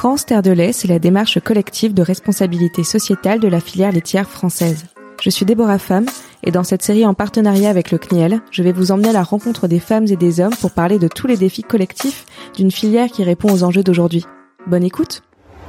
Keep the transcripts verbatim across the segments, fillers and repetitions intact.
France Terre de lait, c'est la démarche collective de responsabilité sociétale de la filière laitière française. Je suis Déborah Femme et dans cette série en partenariat avec le C N I L, je vais vous emmener à la rencontre des femmes et des hommes pour parler de tous les défis collectifs d'une filière qui répond aux enjeux d'aujourd'hui. Bonne écoute.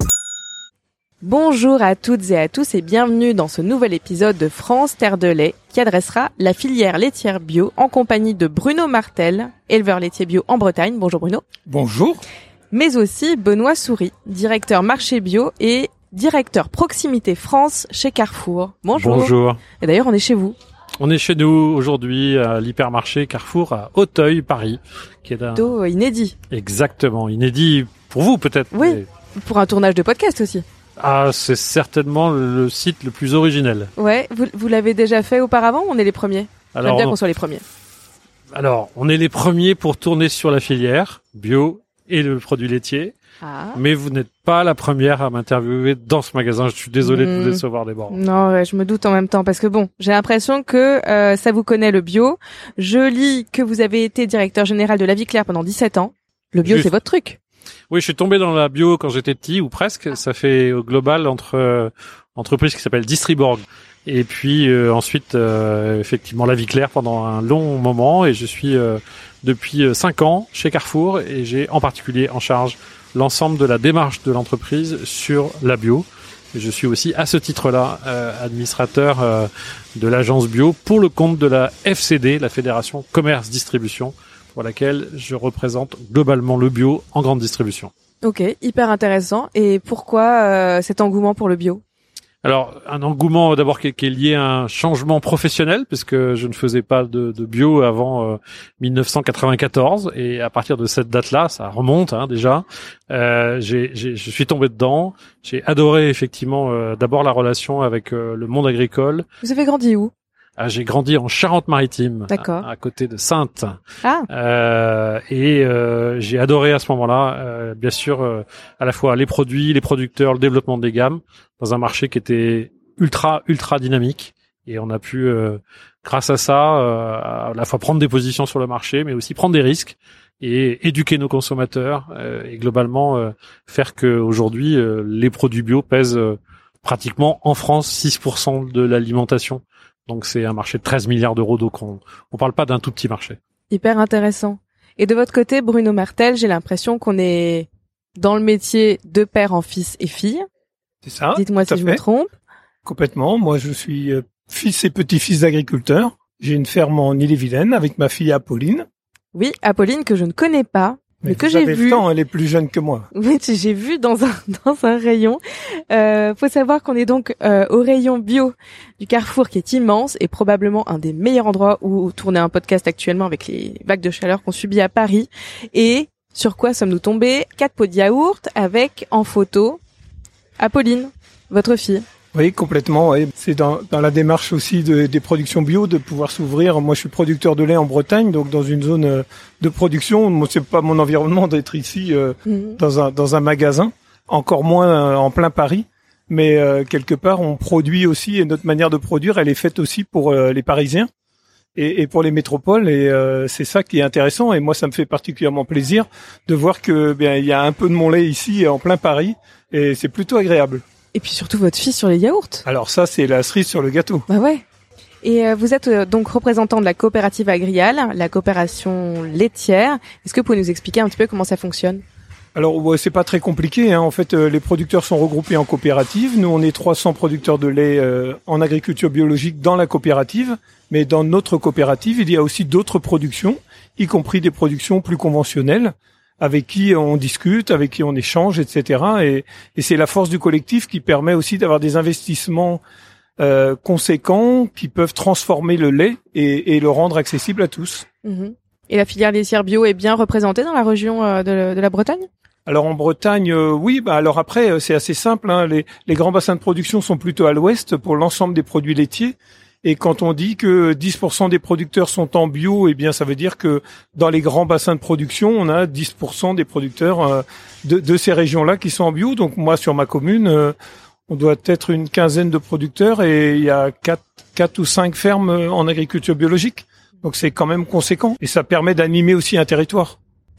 Bonjour à toutes et à tous et bienvenue dans ce nouvel épisode de France Terre de lait qui adressera la filière laitière bio en compagnie de Bruno Martel, éleveur laitier bio en Bretagne. Bonjour Bruno. Bonjour. Mais aussi Benoît Souris, directeur marché bio et directeur proximité France chez Carrefour. Bonjour. Bonjour. Et d'ailleurs, on est chez vous. On est chez nous aujourd'hui à l'hypermarché Carrefour à Auteuil, Paris, qui est un Plutôt inédit. Exactement, inédit pour vous peut-être. Oui, mais... pour un tournage de podcast aussi. Ah, c'est certainement le site le plus originel. Ouais, vous, vous l'avez déjà fait auparavant ou on est les premiers? Alors, J'aime bien qu'on soit les premiers. Alors, on est les premiers pour tourner sur la filière bio et le produit laitier. Ah. Mais vous n'êtes pas la première à m'interviewer dans ce magasin. Je suis désolé mmh. de vous décevoir, Déborah. Non, ouais, je me doute en même temps parce que bon, j'ai l'impression que euh, ça vous connaît le bio. Je lis que vous avez été directeur général de La Vie Claire pendant dix-sept ans. Le bio, Juste. C'est votre truc. Oui, je suis tombé dans la bio quand j'étais petit ou presque. Ça fait au global entre euh, entreprise qui s'appelle Distriborg. Et puis euh, ensuite, euh, effectivement, La Vie Claire pendant un long moment. Et je suis euh, depuis cinq ans chez Carrefour et j'ai en particulier en charge l'ensemble de la démarche de l'entreprise sur la bio. Et je suis aussi à ce titre-là euh, administrateur euh, de l'agence bio pour le compte de la F C D, la Fédération Commerce Distribution, pour laquelle je représente globalement le bio en grande distribution. Ok, hyper intéressant. Et pourquoi euh, cet engouement pour le bio ? Alors, un engouement d'abord qui est, qui est lié à un changement professionnel, puisque je ne faisais pas de, de bio avant euh, dix-neuf cent quatre-vingt-quatorze, et à partir de cette date-là, ça remonte hein, déjà. Euh, j'ai, j'ai, je suis tombé dedans. J'ai adoré effectivement euh, d'abord la relation avec euh, le monde agricole. Vous avez grandi où ? Ah, j'ai grandi en Charente-Maritime, D'accord. À, à côté de Saintes. Ah. Euh, et euh, j'ai adoré à ce moment-là, euh, bien sûr, euh, à la fois les produits, les producteurs, le développement des gammes, dans un marché qui était ultra, ultra dynamique. Et on a pu, euh, grâce à ça, euh, à la fois prendre des positions sur le marché, mais aussi prendre des risques et éduquer nos consommateurs euh, et globalement euh, faire que aujourd'hui euh, les produits bio pèsent euh, pratiquement en France six pour cent de l'alimentation. Donc c'est un marché de treize milliards d'euros, donc on on parle pas d'un tout petit marché. Hyper intéressant. Et de votre côté, Bruno Martel, j'ai l'impression qu'on est dans le métier de père en fils et fille. C'est ça. Dites-moi si je me trompe. Complètement. Moi, je suis fils et petit-fils d'agriculteurs. J'ai une ferme en Ille-et-Vilaine avec ma fille Apolline. Oui, Apolline que je ne connais pas. Mais, mais que j'ai vu. Le temps, elle est plus jeune que moi. Oui, j'ai vu dans un dans un rayon. Euh, faut savoir qu'on est donc euh, au rayon bio du Carrefour qui est immense et probablement un des meilleurs endroits où tourner un podcast actuellement avec les vagues de chaleur qu'on subit à Paris. Et sur quoi sommes-nous tombés ? Quatre pots de yaourt avec en photo Apolline, votre fille. Oui, complètement. Oui. C'est dans, dans la démarche aussi de, des productions bio de pouvoir s'ouvrir. Moi, je suis producteur de lait en Bretagne, donc dans une zone de production. Moi, c'est pas mon environnement d'être ici euh, mmh. dans un dans un magasin, encore moins euh, en plein Paris. Mais euh, quelque part, on produit aussi et notre manière de produire, elle est faite aussi pour euh, les Parisiens et, et pour les métropoles. Et euh, c'est ça qui est intéressant. Et moi, ça me fait particulièrement plaisir de voir que bien il y a un peu de mon lait ici en plein Paris et c'est plutôt agréable. Et puis surtout votre fille sur les yaourts. Alors ça, c'est la cerise sur le gâteau. Bah ouais. Et euh, vous êtes euh, donc représentant de la coopérative Agrial, la coopération laitière. Est-ce que vous pouvez nous expliquer un petit peu comment ça fonctionne ? Alors ouais, c'est pas très compliqué. Hein. En fait, euh, les producteurs sont regroupés en coopérative. Nous, on est trois cents producteurs de lait euh, en agriculture biologique dans la coopérative. Mais dans notre coopérative, il y a aussi d'autres productions, y compris des productions plus conventionnelles, avec qui on discute, avec qui on échange, et cetera. Et, et c'est la force du collectif qui permet aussi d'avoir des investissements euh, conséquents qui peuvent transformer le lait et, et le rendre accessible à tous. Mmh. Et la filière laitière bio est bien représentée dans la région euh, de, de la Bretagne ? Alors en Bretagne, euh, oui. Bah alors après, c'est assez simple. Hein, les, les grands bassins de production sont plutôt à l'ouest pour l'ensemble des produits laitiers. Et quand on dit que dix pour cent des producteurs sont en bio, eh bien, ça veut dire que dans les grands bassins de production, on a dix pour cent des producteurs euh, de, de ces régions-là qui sont en bio. Donc, moi, sur ma commune, euh, on doit être une quinzaine de producteurs et il y a quatre, quatre ou cinq fermes en agriculture biologique. Donc, c'est quand même conséquent. Et ça permet d'animer aussi un territoire.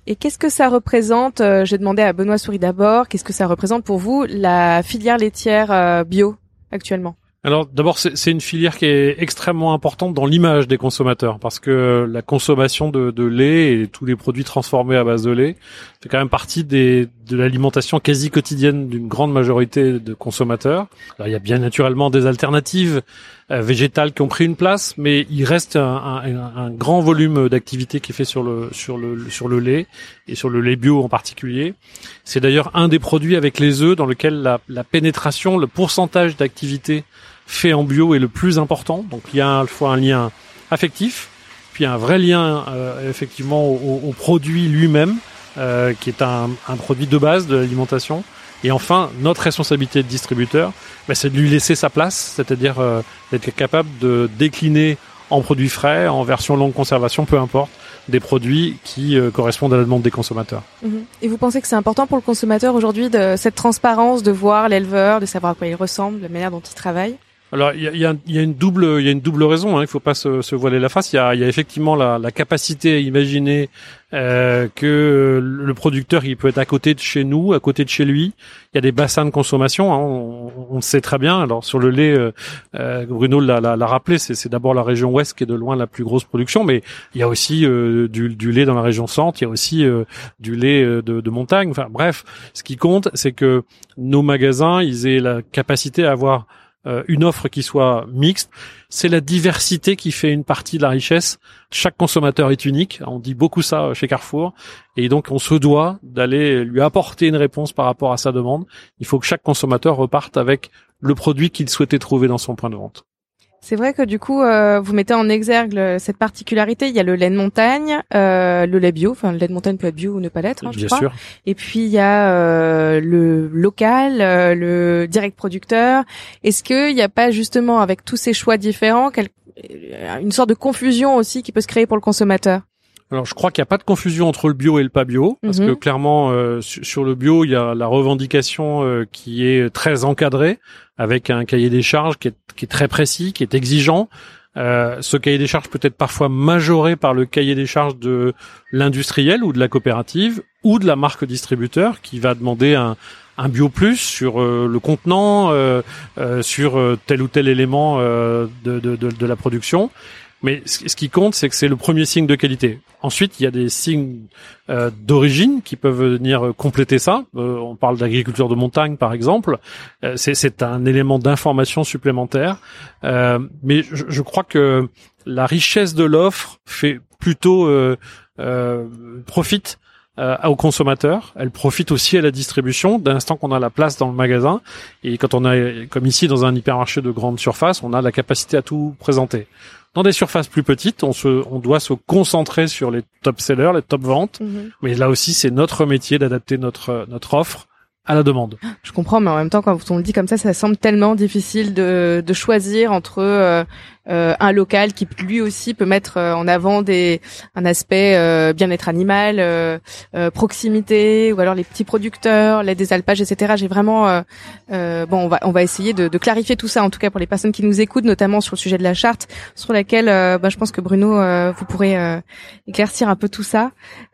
Et qu'est-ce que ça représente, euh, j'ai demandé à Benoît Souris d'abord, qu'est-ce que ça représente pour vous la filière laitière euh, bio actuellement ? Alors d'abord, c'est, c'est une filière qui est extrêmement importante dans l'image des consommateurs, parce que la consommation de, de lait et tous les produits transformés à base de lait fait quand même partie des, de l'alimentation quasi quotidienne d'une grande majorité de consommateurs. Alors il y a bien naturellement des alternatives euh, végétales qui ont pris une place, mais il reste un, un, un grand volume d'activité qui est fait sur le sur le sur le lait et sur le lait bio en particulier. C'est d'ailleurs un des produits avec les œufs dans lequel la, la pénétration, le pourcentage d'activité fait en bio est le plus important. Donc il y a à la fois un lien affectif, puis un vrai lien euh, effectivement au, au produit lui-même, euh, qui est un, un produit de base de l'alimentation. Et enfin, notre responsabilité de distributeur, bah, c'est de lui laisser sa place, c'est-à-dire euh, d'être capable de décliner en produits frais, en version longue conservation, peu importe, des produits qui euh, correspondent à la demande des consommateurs. Mmh. Et vous pensez que c'est important pour le consommateur aujourd'hui de cette transparence, de voir l'éleveur, de savoir à quoi il ressemble, la manière dont il travaille ? Alors il y a, y, a, y a une double, il y a une double raison. Hein, il faut pas se, se voiler la face. Il y a, y a effectivement la, la capacité à imaginer euh, que le producteur, il peut être à côté de chez nous, à côté de chez lui. Il y a des bassins de consommation. Hein, on, on le sait très bien. Alors sur le lait, euh, euh, Bruno l'a, l'a, l'a rappelé, c'est, c'est d'abord la région ouest qui est de loin la plus grosse production, mais il y a aussi euh, du, du lait dans la région centre. Il y a aussi euh, du lait de, de montagne. Enfin bref, ce qui compte, c'est que nos magasins, ils aient la capacité à avoir une offre qui soit mixte. C'est la diversité qui fait une partie de la richesse. Chaque consommateur est unique. On dit beaucoup ça chez Carrefour. Et donc, on se doit d'aller lui apporter une réponse par rapport à sa demande. Il faut que chaque consommateur reparte avec le produit qu'il souhaitait trouver dans son point de vente. C'est vrai que du coup, euh, vous mettez en exergue cette particularité. Il y a le lait de montagne, euh, le lait bio. Enfin, le lait de montagne peut être bio ou ne pas l'être, hein, je Bien crois. sûr. Et puis il y a euh, le local, euh, le direct producteur. Est-ce qu'il n'y a pas justement, avec tous ces choix différents, quel, une sorte de confusion aussi qui peut se créer pour le consommateur ? Alors, je crois qu'il n'y a pas de confusion entre le bio et le pas bio, parce mm-hmm. que clairement, euh, sur, sur le bio, il y a la revendication euh, qui est très encadrée, avec un cahier des charges qui est, qui est très précis, qui est exigeant. Euh, ce cahier des charges peut être parfois majoré par le cahier des charges de l'industriel ou de la coopérative ou de la marque distributeur qui va demander un, un bio plus sur euh, le contenant, euh, euh, sur euh, tel ou tel élément euh, de, de, de, de la production. Mais ce qui compte, c'est que c'est le premier signe de qualité. Ensuite, il y a des signes euh, d'origine qui peuvent venir compléter ça. Euh, on parle d'agriculture de montagne, par exemple. Euh, c'est, c'est un élément d'information supplémentaire. Euh, mais je, je crois que la richesse de l'offre fait plutôt euh, euh, profite Euh, aux consommateurs, elle profite aussi à la distribution dès l'instant qu'on a la place dans le magasin. Et quand on est, comme ici, dans un hypermarché de grande surface, on a la capacité à tout présenter. Dans des surfaces plus petites, on se, on doit se concentrer sur les top sellers, les top ventes. Mmh. Mais là aussi, c'est notre métier d'adapter notre, notre offre à la demande. Je comprends, mais en même temps, quand on le dit comme ça, ça semble tellement difficile de, de choisir entre euh, euh, un local qui lui aussi peut mettre en avant des un aspect euh, bien-être animal, euh, euh, proximité, ou alors les petits producteurs, l'aide des alpages, et cetera. J'ai vraiment euh, euh, bon, on va on va essayer de, de clarifier tout ça, en tout cas pour les personnes qui nous écoutent, notamment sur le sujet de la charte, sur laquelle euh, bah, je pense que Bruno, euh, vous pourrez euh, éclaircir un peu tout ça.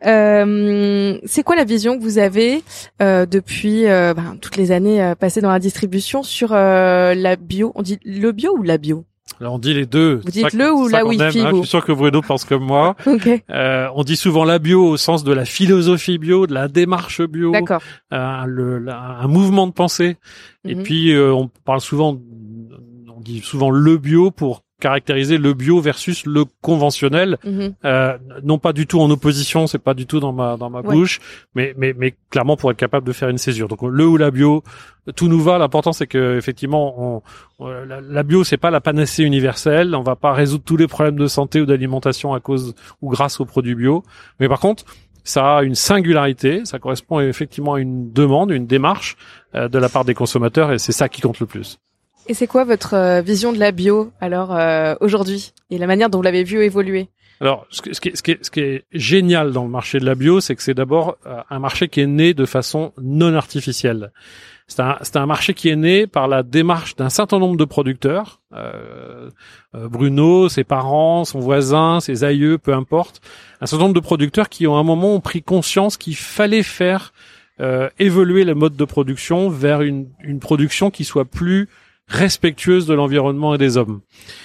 Euh, c'est quoi la vision que vous avez euh, depuis euh, bah, toutes les années euh, passées dans la distribution sur euh, la bio? On dit le bio ou la bio? Alors on dit les deux. Vous dites le ou la wifi, hein, je suis sûr que Bruno pense comme moi. Okay. Euh, on dit souvent la bio au sens de la philosophie bio, de la démarche bio, D'accord. Euh, le, la, un mouvement de pensée. Mm-hmm. Et puis euh, on parle souvent, on dit souvent le bio pour caractériser le bio versus le conventionnel, mm-hmm. euh, non pas du tout en opposition, c'est pas du tout dans ma dans ma ouais. bouche, mais mais mais clairement pour être capable de faire une césure. Donc le ou la bio, tout nous va. L'important c'est que effectivement, on, on, la, la bio c'est pas la panacée universelle. On va pas résoudre tous les problèmes de santé ou d'alimentation à cause ou grâce aux produits bio, mais par contre ça a une singularité, ça correspond effectivement à une demande, une démarche euh, de la part des consommateurs, et c'est ça qui compte le plus. Et c'est quoi votre euh, vision de la bio alors euh, aujourd'hui et la manière dont vous l'avez vu évoluer? Alors, ce, que, ce, qui est, ce, qui est, ce qui est génial dans le marché de la bio, c'est que c'est d'abord un marché qui est né de façon non artificielle. C'est un, c'est un marché qui est né par la démarche d'un certain nombre de producteurs. Euh, euh, Bruno, ses parents, son voisin, ses aïeux, peu importe. Un certain nombre de producteurs qui, à un moment, ont pris conscience qu'il fallait faire euh, évoluer le mode de production vers une, une production qui soit plus respectueuse de l'environnement et des hommes.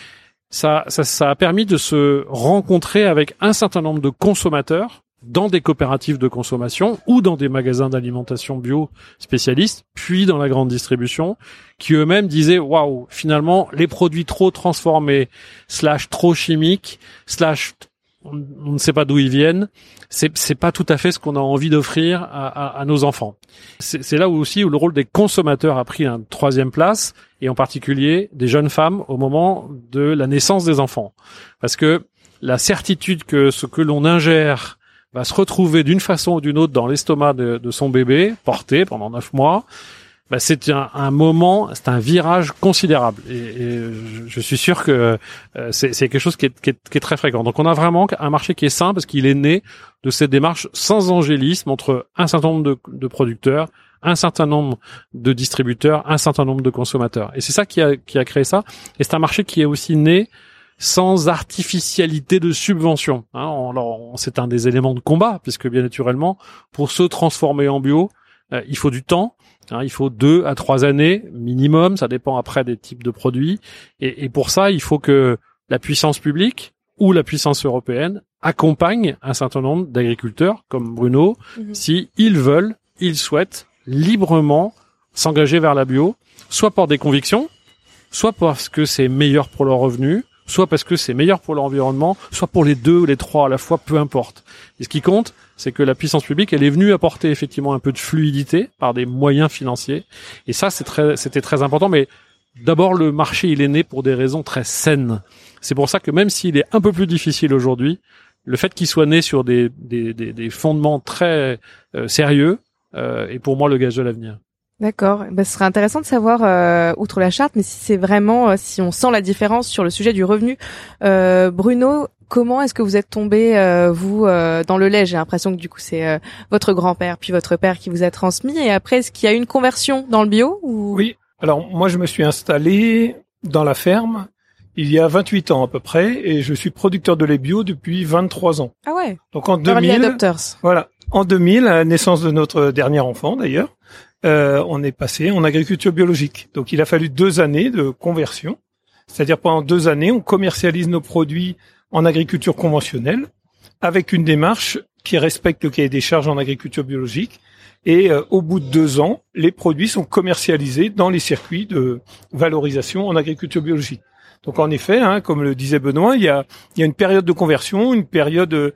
Ça, ça, ça a permis de se rencontrer avec un certain nombre de consommateurs dans des coopératives de consommation ou dans des magasins d'alimentation bio spécialistes, puis dans la grande distribution, qui eux-mêmes disaient waouh, finalement les produits trop transformés, slash trop chimiques, slash on, on ne sait pas d'où ils viennent, c'est c'est pas tout à fait ce qu'on a envie d'offrir à, à, à nos enfants. C'est, c'est là où aussi où le rôle des consommateurs a pris une troisième place, et en particulier des jeunes femmes au moment de la naissance des enfants, parce que la certitude que ce que l'on ingère va se retrouver d'une façon ou d'une autre dans l'estomac de, de son bébé, porté pendant neuf mois, bah c'est un, un moment, c'est un virage considérable. Et, et je, je suis sûr que euh, c'est, c'est quelque chose qui est, qui, est, qui est très fréquent. Donc on a vraiment un marché qui est sain parce qu'il est né de cette démarche sans angélisme entre un certain nombre de, de producteurs, un certain nombre de distributeurs, un certain nombre de consommateurs. Et c'est ça qui a, qui a créé ça. Et c'est un marché qui est aussi né sans artificialité de subvention. Hein, alors, c'est un des éléments de combat, puisque bien naturellement, pour se transformer en bio, euh, il faut du temps. Hein, il faut deux à trois années minimum. Ça dépend après des types de produits. Et, et pour ça, il faut que la puissance publique ou la puissance européenne accompagne un certain nombre d'agriculteurs, comme Bruno, mmh. si ils veulent, ils souhaitent librement s'engager vers la bio, soit pour des convictions, soit parce que c'est meilleur pour leurs revenus, soit parce que c'est meilleur pour l'environnement, soit pour les deux ou les trois à la fois, peu importe. Et ce qui compte, c'est que la puissance publique, elle est venue apporter effectivement un peu de fluidité par des moyens financiers. Et ça, c'est très, c'était très important. Mais d'abord, le marché, il est né pour des raisons très saines. C'est pour ça que même s'il est un peu plus difficile aujourd'hui, le fait qu'il soit né sur des, des, des, des fondements très euh, sérieux euh, est pour moi le gage de l'avenir. D'accord. Ben, ce serait intéressant de savoir, euh, outre la charte, mais si c'est vraiment, euh, si on sent la différence sur le sujet du revenu. Euh, Bruno, comment est-ce que vous êtes tombé, euh, vous, euh, dans le lait? J'ai l'impression que du coup c'est euh, votre grand-père puis votre père qui vous a transmis. Et après, est-ce qu'il y a eu une conversion dans le bio ou... Oui. Alors moi, je me suis installé dans la ferme il y a vingt-huit ans à peu près, et je suis producteur de lait bio depuis vingt-trois ans. Ah ouais. Donc en deux mille, voilà, en deux mille, à la naissance de notre dernier enfant d'ailleurs. Euh, on est passé en agriculture biologique. Donc, il a fallu deux années de conversion. C'est-à-dire, pendant deux années, on commercialise nos produits en agriculture conventionnelle avec une démarche qui respecte le cahier des charges en agriculture biologique. Et euh, au bout de deux ans, les produits sont commercialisés dans les circuits de valorisation en agriculture biologique. Donc, en effet, hein, comme le disait Benoît, il y a, il y a une période de conversion, une période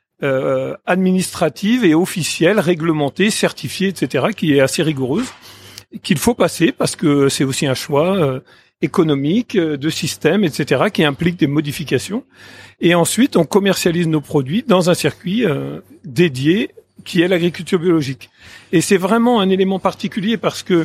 Euh, administrative et officielle, réglementée, certifiée, et cetera, qui est assez rigoureuse, qu'il faut passer parce que c'est aussi un choix euh, économique, euh, de système, et cetera, qui implique des modifications. Et ensuite, on commercialise nos produits dans un circuit euh, dédié qui est l'agriculture biologique. Et c'est vraiment un élément particulier parce que,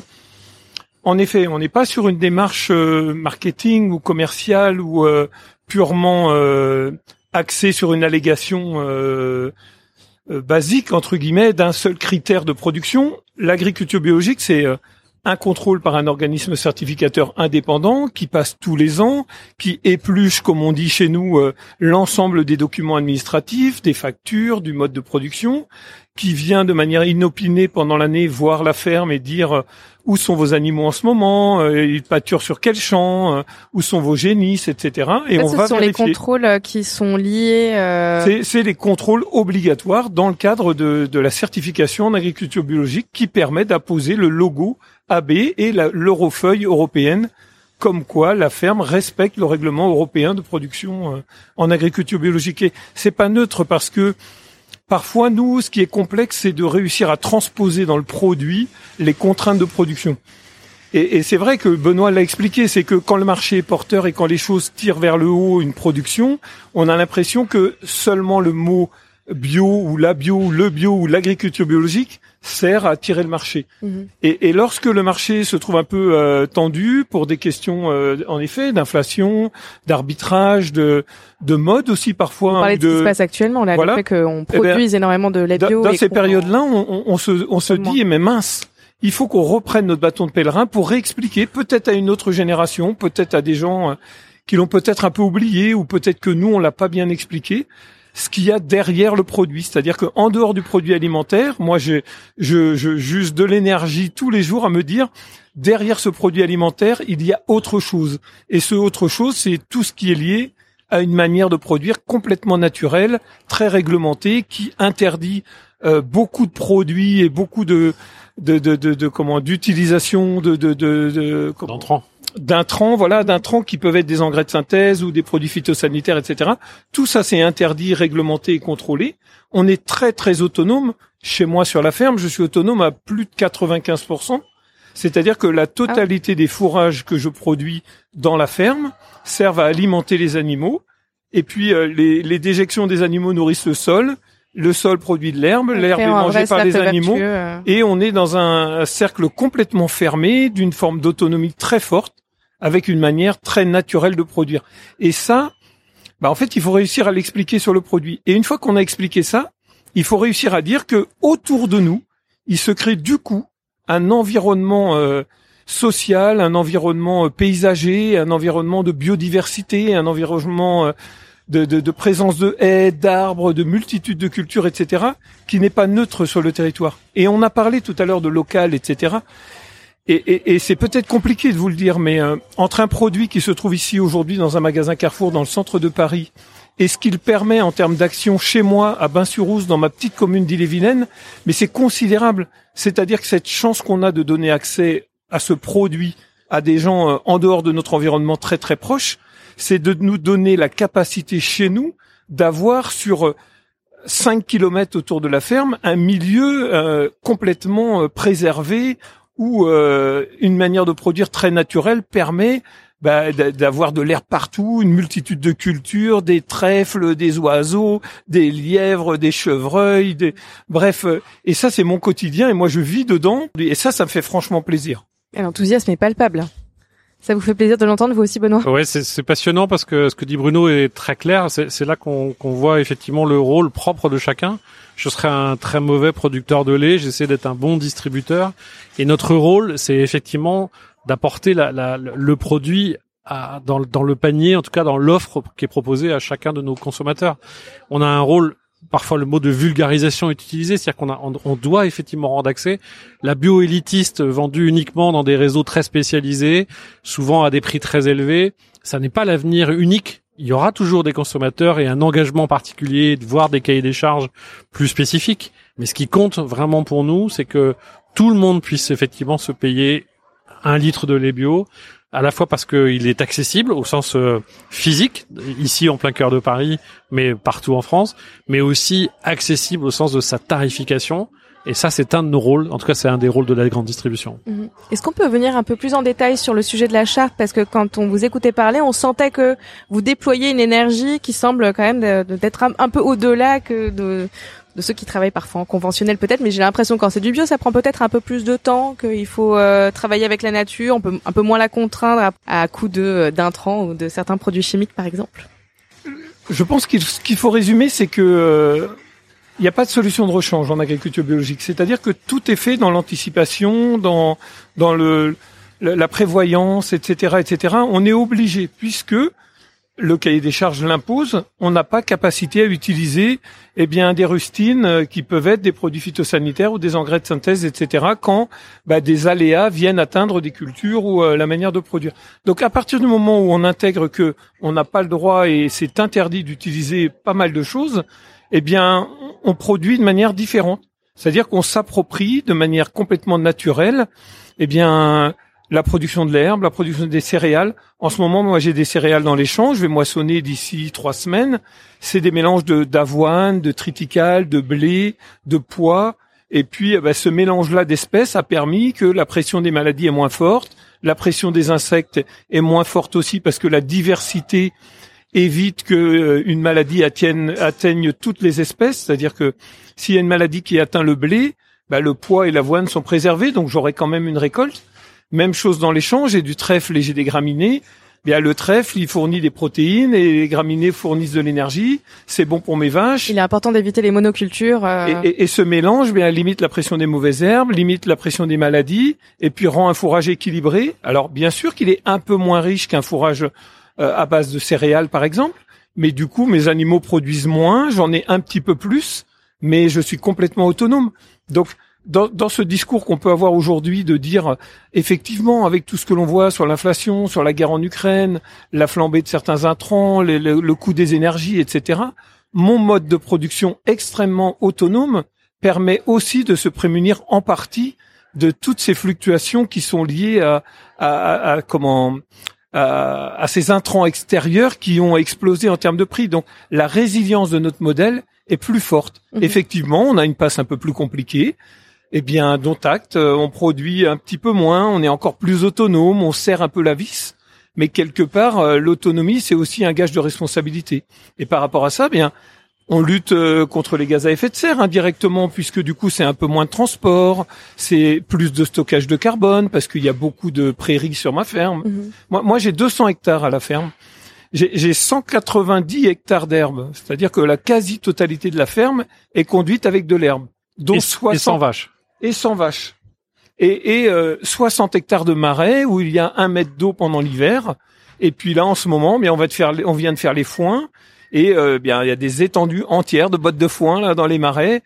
en effet, on n'est pas sur une démarche euh, marketing ou commerciale ou euh, purement euh, axé sur une allégation euh, euh, basique, entre guillemets, d'un seul critère de production. L'agriculture biologique, c'est euh, un contrôle par un organisme certificateur indépendant qui passe tous les ans, qui épluche, comme on dit chez nous, euh, l'ensemble des documents administratifs, des factures, du mode de production, qui vient de manière inopinée pendant l'année voir la ferme et dire euh, où sont vos animaux en ce moment, euh, ils pâturent sur quel champ, euh, où sont vos génisses, et cetera. Et ça, on ce va sont vérifier. Les contrôles qui sont liés. Euh... C'est, c'est les contrôles obligatoires dans le cadre de, de la certification en agriculture biologique qui permet d'apposer le logo A B et la, l'eurofeuille européenne, comme quoi la ferme respecte le règlement européen de production euh, en agriculture biologique. Et c'est pas neutre parce que parfois, nous, ce qui est complexe, c'est de réussir à transposer dans le produit les contraintes de production. Et, et c'est vrai que Benoît l'a expliqué, c'est que quand le marché est porteur et quand les choses tirent vers le haut une production, on a l'impression que seulement le mot bio ou la bio ou le bio ou l'agriculture biologique sert à tirer le marché. Mmh. Et, et lorsque le marché se trouve un peu euh, tendu pour des questions, euh, en effet, d'inflation, d'arbitrage, de de mode aussi parfois. On parlait de, de ce qui se passe actuellement, là, voilà. le fait qu'on produise eh ben, énormément de lait bio. Dans, dans et ces qu'on... périodes-là, on, on, on se, on se dit, mais mince, il faut qu'on reprenne notre bâton de pèlerin pour réexpliquer, peut-être à une autre génération, peut-être à des gens euh, qui l'ont peut-être un peu oublié, ou peut-être que nous, on l'a pas bien expliqué, ce qu'il y a derrière le produit. C'est-à-dire que en dehors du produit alimentaire, moi, je, je, je j'use de l'énergie tous les jours à me dire, derrière ce produit alimentaire, il y a autre chose. Et ce autre chose, c'est tout ce qui est lié à une manière de produire complètement naturelle, très réglementée, qui interdit euh, beaucoup de produits et beaucoup de de de de, de comment d'utilisation de de de, de comment, d'entrants d'intrants voilà d'intrants qui peuvent être des engrais de synthèse ou des produits phytosanitaires, et cetera. Tout ça, c'est interdit, réglementé et contrôlé. On est très très autonome. Chez moi sur la ferme, je suis autonome à plus de quatre-vingt-quinze pour cent. C'est-à-dire que la totalité des fourrages que je produis dans la ferme servent à alimenter les animaux. Et puis, euh, les, les déjections des animaux nourrissent le sol. Le sol produit de l'herbe. L'herbe est mangée par les animaux. Euh... Et on est dans un cercle complètement fermé, d'une forme d'autonomie très forte, avec une manière très naturelle de produire. Et ça, bah, en fait, il faut réussir à l'expliquer sur le produit. Et une fois qu'on a expliqué ça, il faut réussir à dire que autour de nous, il se crée du coup un environnement euh, social, un environnement euh, paysager, un environnement de biodiversité, un environnement euh, de, de, de présence de haies, d'arbres, de multitudes de cultures, et cetera, qui n'est pas neutre sur le territoire. Et on a parlé tout à l'heure de local, et cetera. Et, et, et c'est peut-être compliqué de vous le dire, mais euh, entre un produit qui se trouve ici aujourd'hui dans un magasin Carrefour dans le centre de Paris et ce qu'il permet en termes d'action chez moi, à Bain-sur-Rousse, dans ma petite commune d'Ille-et-Vilaine, mais c'est considérable. C'est-à-dire que cette chance qu'on a de donner accès à ce produit à des gens euh, en dehors de notre environnement très très proche, c'est de nous donner la capacité chez nous d'avoir sur cinq kilomètres autour de la ferme un milieu euh, complètement euh, préservé où euh, une manière de produire très naturelle permet bah, d'avoir de l'air partout, une multitude de cultures, des trèfles, des oiseaux, des lièvres, des chevreuils, des... bref. Et ça, c'est mon quotidien et moi, je vis dedans. Et ça, ça me fait franchement plaisir. Et l'enthousiasme est palpable. Ça vous fait plaisir de l'entendre, vous aussi, Benoît? Ouais, c'est, c'est passionnant parce que ce que dit Bruno est très clair. C'est, c'est là qu'on, qu'on voit effectivement le rôle propre de chacun. Je serais un très mauvais producteur de lait. J'essaie d'être un bon distributeur. Et notre rôle, c'est effectivement d'apporter la, la, le produit à, dans, dans le panier, en tout cas dans l'offre qui est proposée à chacun de nos consommateurs. On a un rôle, parfois le mot de vulgarisation est utilisé, c'est-à-dire qu'on a, on, on doit effectivement rendre accès. La bio-élitiste vendue uniquement dans des réseaux très spécialisés, souvent à des prix très élevés, ça n'est pas l'avenir unique. Il y aura toujours des consommateurs et un engagement particulier, voire des cahiers des charges plus spécifiques. Mais ce qui compte vraiment pour nous, c'est que tout le monde puisse effectivement se payer un litre de lait bio, à la fois parce qu'il est accessible au sens euh, physique, ici en plein cœur de Paris, mais partout en France, mais aussi accessible au sens de sa tarification. Et ça, c'est un de nos rôles. En tout cas, c'est un des rôles de la grande distribution. Mmh. Est-ce qu'on peut venir un peu plus en détail sur le sujet de la charte? Parce que quand on vous écoutait parler, on sentait que vous déployez une énergie qui semble quand même de, de, d'être un, un peu au-delà que de... de ceux qui travaillent parfois en conventionnel peut-être, mais j'ai l'impression que quand c'est du bio, ça prend peut-être un peu plus de temps, qu'il faut euh, travailler avec la nature, on peut un peu moins la contraindre à, à coup de d'intrants ou de certains produits chimiques, par exemple. Je pense qu'il ce qu'il faut résumer, c'est que euh, il n'y a pas de solution de rechange en agriculture biologique. C'est-à-dire que tout est fait dans l'anticipation, dans dans le la prévoyance, et cetera, et cetera. On est obligé, puisque le cahier des charges l'impose, on n'a pas capacité à utiliser eh bien des rustines qui peuvent être des produits phytosanitaires ou des engrais de synthèse, et cetera, quand bah, des aléas viennent atteindre des cultures ou euh, la manière de produire. Donc à partir du moment où on intègre que on n'a pas le droit et c'est interdit d'utiliser pas mal de choses, eh bien on produit de manière différente. C'est-à-dire qu'on s'approprie de manière complètement naturelle eh bien la production de l'herbe, la production des céréales. En ce moment, moi, j'ai des céréales dans les champs. Je vais moissonner d'ici trois semaines. C'est des mélanges de d'avoine, de triticale, de blé, de pois. Et puis, eh ben, ce mélange-là d'espèces a permis que la pression des maladies est moins forte. La pression des insectes est moins forte aussi parce que la diversité évite que euh, une maladie atteigne, atteigne toutes les espèces. C'est-à-dire que s'il y a une maladie qui atteint le blé, bah, le pois et l'avoine sont préservés, donc j'aurai quand même une récolte. Même chose dans les champs, j'ai du trèfle et j'ai des graminées. Bien, le trèfle, il fournit des protéines et les graminées fournissent de l'énergie. C'est bon pour mes vaches. Il est important d'éviter les monocultures. Euh... Et, et, et ce mélange, bien, limite la pression des mauvaises herbes, limite la pression des maladies, et puis rend un fourrage équilibré. Alors, bien sûr qu'il est un peu moins riche qu'un fourrage euh, à base de céréales, par exemple, mais du coup, mes animaux produisent moins, j'en ai un petit peu plus, mais je suis complètement autonome. Donc, Dans, dans ce discours qu'on peut avoir aujourd'hui de dire, effectivement, avec tout ce que l'on voit sur l'inflation, sur la guerre en Ukraine, la flambée de certains intrants, le, le, le coût des énergies, et cetera, mon mode de production extrêmement autonome permet aussi de se prémunir en partie de toutes ces fluctuations qui sont liées à, à, à, à comment, à, à ces intrants extérieurs qui ont explosé en termes de prix. Donc, la résilience de notre modèle est plus forte. Mmh. Effectivement, on a une passe un peu plus compliquée. Eh bien, dont acte, on produit un petit peu moins, on est encore plus autonome, on serre un peu la vis, mais quelque part, l'autonomie, c'est aussi un gage de responsabilité. Et par rapport à ça, bien, on lutte contre les gaz à effet de serre indirectement, puisque du coup, c'est un peu moins de transport, c'est plus de stockage de carbone, parce qu'il y a beaucoup de prairies sur ma ferme. Mmh. Moi, moi, j'ai deux cents hectares à la ferme. J'ai, j'ai cent quatre-vingt-dix hectares d'herbe, c'est-à-dire que la quasi-totalité de la ferme est conduite avec de l'herbe, dont et, soixante et sans vaches. Et sans vaches. Et, et euh, soixante hectares de marais où il y a un mètre d'eau pendant l'hiver. Et puis là, en ce moment, bien, on va de faire, on vient de faire les foins. Et euh, bien, il y a des étendues entières de bottes de foin là dans les marais.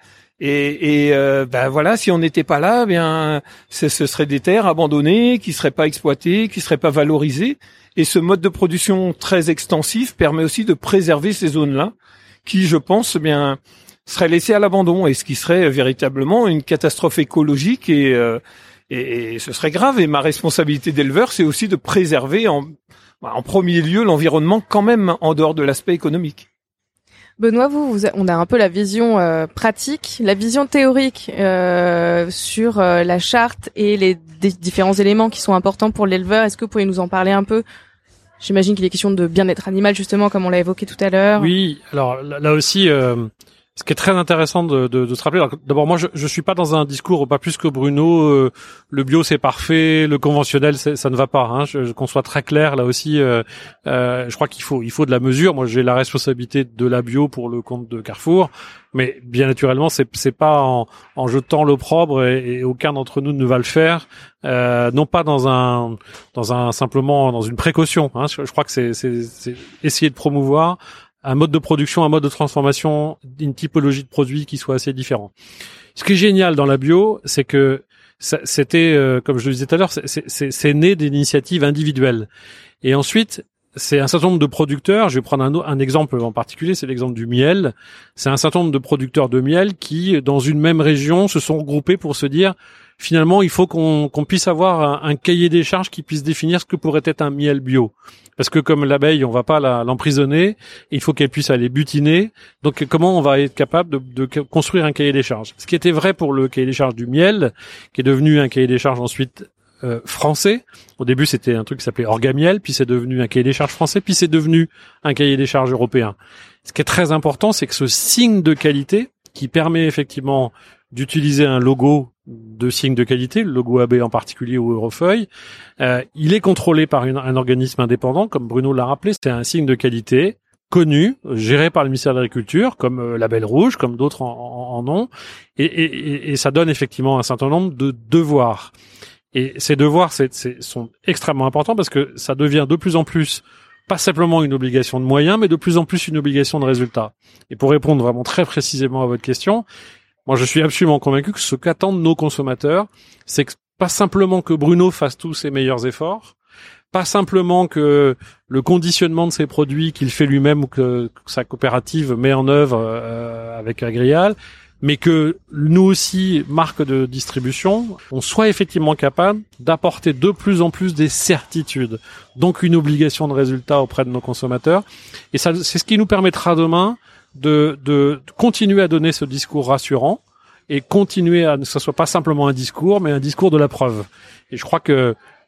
Et, et euh, ben voilà, si on n'était pas là, bien, ce, ce seraient des terres abandonnées, qui seraient pas exploitées, qui seraient pas valorisées. Et ce mode de production très extensif permet aussi de préserver ces zones-là, qui, je pense, bien, serait laissé à l'abandon, et ce qui serait véritablement une catastrophe écologique, et, euh, et, et ce serait grave. Et ma responsabilité d'éleveur, c'est aussi de préserver en, en premier lieu l'environnement, quand même en dehors de l'aspect économique. Benoît, vous, vous, on a un peu la vision euh, pratique, la vision théorique euh, sur euh, la charte et les d- différents éléments qui sont importants pour l'éleveur. Est-ce que vous pouvez nous en parler un peu ? J'imagine qu'il est question de bien-être animal, justement, comme on l'a évoqué tout à l'heure. Oui, alors là, là aussi... Euh... Ce qui est très intéressant de, de, de se rappeler, alors, d'abord moi je je suis pas dans un discours pas plus que Bruno, euh, le bio c'est parfait, le conventionnel c'est, ça ne va pas. Hein, je, je, qu'on soit très clair là aussi. Euh, euh, je crois qu'il faut il faut de la mesure. Moi j'ai la responsabilité de la bio pour le compte de Carrefour, mais bien naturellement c'est c'est pas en, en jetant l'opprobre, et, et aucun d'entre nous ne va le faire. Euh, non pas dans un dans un simplement dans une précaution. Hein, je, je crois que c'est, c'est c'est essayer de promouvoir un mode de production, un mode de transformation, une typologie de produits qui soit assez différent. Ce qui est génial dans la bio, c'est que ça, c'était, euh, comme je le disais tout à l'heure, c'est, c'est, c'est né d'initiatives individuelles. Et ensuite, c'est un certain nombre de producteurs, je vais prendre un, un exemple en particulier, c'est l'exemple du miel. C'est un certain nombre de producteurs de miel qui, dans une même région, se sont regroupés pour se dire, finalement, il faut qu'on, qu'on puisse avoir un, un cahier des charges qui puisse définir ce que pourrait être un miel bio. Parce que comme l'abeille, on va pas la, l'emprisonner, il faut qu'elle puisse aller butiner. Donc comment on va être capable de, de construire un cahier des charges ? Ce qui était vrai pour le cahier des charges du miel, qui est devenu un cahier des charges ensuite euh, français. Au début, c'était un truc qui s'appelait Orgamiel, puis c'est devenu un cahier des charges français, puis c'est devenu un cahier des charges européen. Ce qui est très important, c'est que ce signe de qualité, qui permet effectivement d'utiliser un logo de signe de qualité, le logo A B en particulier ou Eurofeuille, euh, il est contrôlé par une, un organisme indépendant, comme Bruno l'a rappelé. C'est un signe de qualité connu, géré par le ministère de l'Agriculture, comme euh, Label Rouge, comme d'autres en, en, en ont, et, et, et ça donne effectivement un certain nombre de devoirs. Et ces devoirs c'est, c'est, sont extrêmement importants parce que ça devient de plus en plus pas simplement une obligation de moyens, mais de plus en plus une obligation de résultats. Et pour répondre vraiment très précisément à votre question, moi, je suis absolument convaincu que ce qu'attendent nos consommateurs, c'est que pas simplement que Bruno fasse tous ses meilleurs efforts, pas simplement que le conditionnement de ses produits qu'il fait lui-même ou que, que sa coopérative met en œuvre euh, avec Agrial, mais que nous aussi, marque de distribution, on soit effectivement capable d'apporter de plus en plus des certitudes, donc une obligation de résultat auprès de nos consommateurs. Et ça, c'est ce qui nous permettra demain De, de continuer à donner ce discours rassurant et continuer à que ce soit pas simplement un discours, mais un discours de la preuve. Et je crois que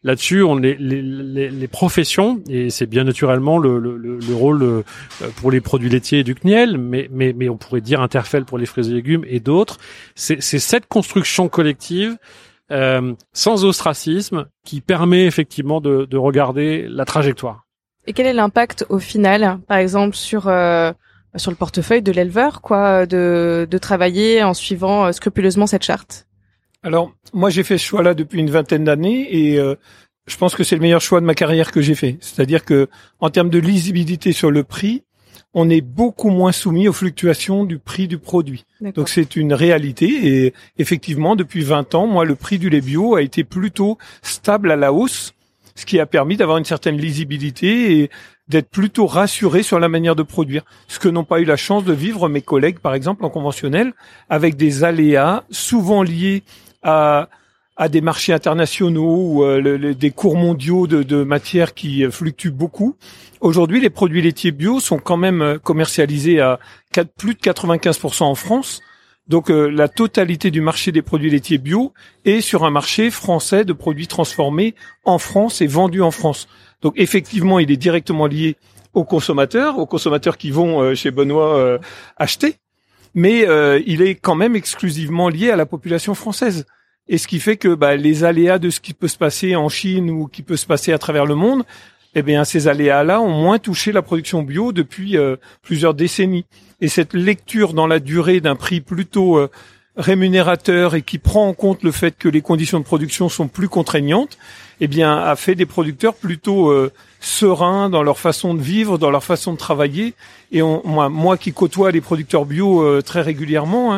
là-dessus, on les, les, les, les professions, et c'est bien naturellement le, le, le rôle euh, pour les produits laitiers et du C N I E L, mais, mais, mais on pourrait dire Interfel pour les fruits et légumes et d'autres. C'est, c'est cette construction collective euh, sans ostracisme qui permet effectivement de, de regarder la trajectoire. Et quel est l'impact au final, par exemple, sur euh, sur le portefeuille de l'éleveur, quoi, de, de travailler en suivant scrupuleusement cette charte? Alors, moi, j'ai fait ce choix-là depuis une vingtaine d'années et euh, je pense que c'est le meilleur choix de ma carrière que j'ai fait. C'est-à-dire que, en termes de lisibilité sur le prix, on est beaucoup moins soumis aux fluctuations du prix du produit. D'accord. Donc, c'est une réalité et effectivement, depuis vingt ans, moi, le prix du lait bio a été plutôt stable à la hausse, ce qui a permis d'avoir une certaine lisibilité et d'être plutôt rassuré sur la manière de produire. Ce que n'ont pas eu la chance de vivre mes collègues, par exemple, en conventionnel, avec des aléas souvent liés à, à des marchés internationaux ou euh, le, le, des cours mondiaux de, de matières qui fluctuent beaucoup. Aujourd'hui, les produits laitiers bio sont quand même commercialisés à quatre, plus de quatre-vingt-quinze pour cent en France. Donc euh, la totalité du marché des produits laitiers bio est sur un marché français de produits transformés en France et vendus en France. Donc effectivement, il est directement lié aux consommateurs, aux consommateurs qui vont euh, chez Benoît euh, acheter, mais euh, il est quand même exclusivement lié à la population française. Et ce qui fait que bah, les aléas de ce qui peut se passer en Chine ou qui peut se passer à travers le monde, eh bien ces aléas-là ont moins touché la production bio depuis euh, plusieurs décennies. Et cette lecture dans la durée d'un prix plutôt euh, rémunérateur et qui prend en compte le fait que les conditions de production sont plus contraignantes, eh bien, a fait des producteurs plutôt euh, sereins dans leur façon de vivre, dans leur façon de travailler. Et on, moi, moi qui côtoie les producteurs bio euh, très régulièrement, hein,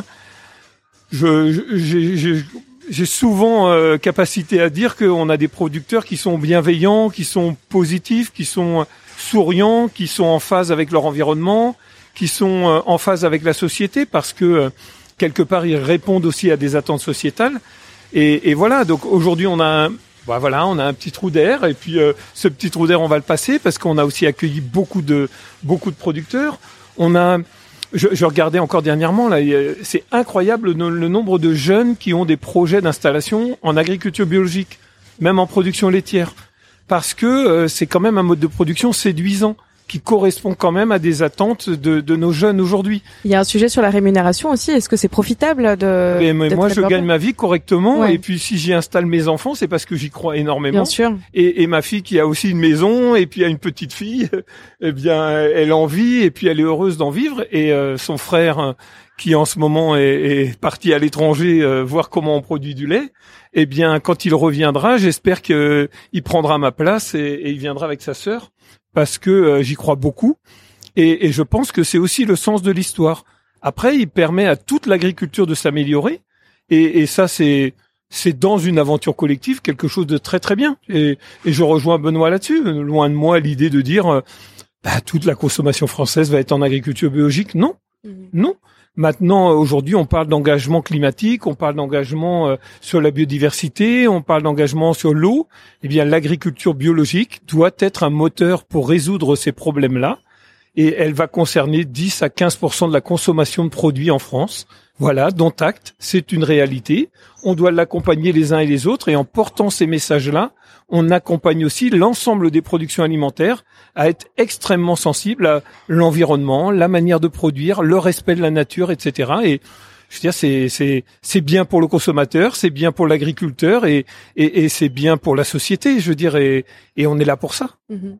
je, je, j'ai, j'ai, j'ai souvent euh, capacité à dire qu'on a des producteurs qui sont bienveillants, qui sont positifs, qui sont souriants, qui sont en phase avec leur environnement, qui sont euh, en phase avec la société, parce que euh, quelque part ils répondent aussi à des attentes sociétales. Et, et voilà. Donc aujourd'hui, on a un, bah voilà, on a un petit trou d'air. Et puis euh, ce petit trou d'air, on va le passer parce qu'on a aussi accueilli beaucoup de beaucoup de producteurs. On a Je, je regardais encore dernièrement, là, c'est incroyable le, le nombre de jeunes qui ont des projets d'installation en agriculture biologique, même en production laitière, parce que euh, c'est quand même un mode de production séduisant qui correspond quand même à des attentes de, de nos jeunes aujourd'hui. Il y a un sujet sur la rémunération aussi. Est-ce que c'est profitable de... Mais, mais moi, je gagne ma vie correctement, ouais. Et puis si j'y installe mes enfants, c'est parce que j'y crois énormément. Bien sûr. Et, et ma fille qui a aussi une maison et puis a une petite fille, eh bien, elle en vit et puis elle est heureuse d'en vivre. Et euh, son frère, qui en ce moment est, est parti à l'étranger euh, voir comment on produit du lait, eh bien, quand il reviendra, j'espère qu'il prendra ma place et, et il viendra avec sa sœur. Parce que euh, j'y crois beaucoup, et, et je pense que c'est aussi le sens de l'histoire. Après, il permet à toute l'agriculture de s'améliorer, et, et ça, c'est c'est dans une aventure collective quelque chose de très très bien. Et, et je rejoins Benoît là-dessus. Loin de moi l'idée de dire euh, bah, toute la consommation française va être en agriculture biologique. Non, mmh. non. Maintenant, aujourd'hui, on parle d'engagement climatique, on parle d'engagement euh, sur la biodiversité, on parle d'engagement sur l'eau. Eh bien, l'agriculture biologique doit être un moteur pour résoudre ces problèmes-là. Et elle va concerner dix à quinze pour cent de la consommation de produits en France. Voilà, dont acte, c'est une réalité. On doit l'accompagner les uns et les autres. Et en portant ces messages-là, on accompagne aussi l'ensemble des productions alimentaires à être extrêmement sensibles à l'environnement, la manière de produire, le respect de la nature, et cetera. Et je veux dire, c'est c'est c'est bien pour le consommateur, c'est bien pour l'agriculteur et et, et c'est bien pour la société. Je veux dire, et, et on est là pour ça. Mmh.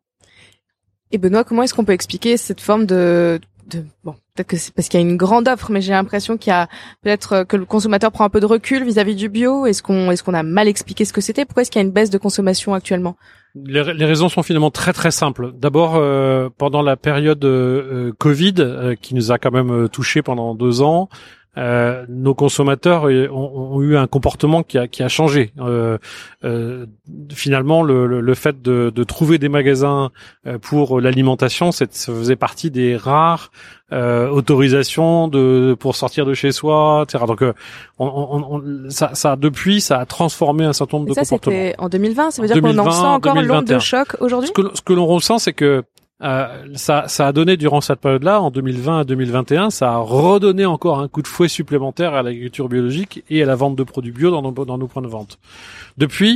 Et Benoît, comment est-ce qu'on peut expliquer cette forme de de bon, peut-être que c'est parce qu'il y a une grande offre, mais j'ai l'impression qu'il y a peut-être que le consommateur prend un peu de recul vis-à-vis du bio. Est-ce qu'on est-ce qu'on a mal expliqué ce que c'était? Pourquoi est-ce qu'il y a une baisse de consommation actuellement? Les, les raisons sont finalement très très simples. D'abord, euh, pendant la période euh, Covid, euh, qui nous a quand même euh, touchés pendant deux ans, euh, nos consommateurs ont, ont eu un comportement qui a, qui a changé. Euh, euh, finalement, le, le, le fait de, de trouver des magasins pour l'alimentation, ça faisait partie des rares euh, autorisations de pour sortir de chez soi, et cetera. Donc, euh, on, on, on, ça, ça depuis, ça a transformé un certain nombre Et de ça, comportements. C'était en deux mille vingt. Ça veut dire qu'on en sent encore l'onde de choc aujourd'hui. Ce que, ce que l'on ressent, c'est que Euh, ça, ça a donné durant cette période-là, en deux mille vingt à deux mille vingt et un, ça a redonné encore un coup de fouet supplémentaire à l'agriculture biologique et à la vente de produits bio dans nos, dans nos points de vente. Depuis,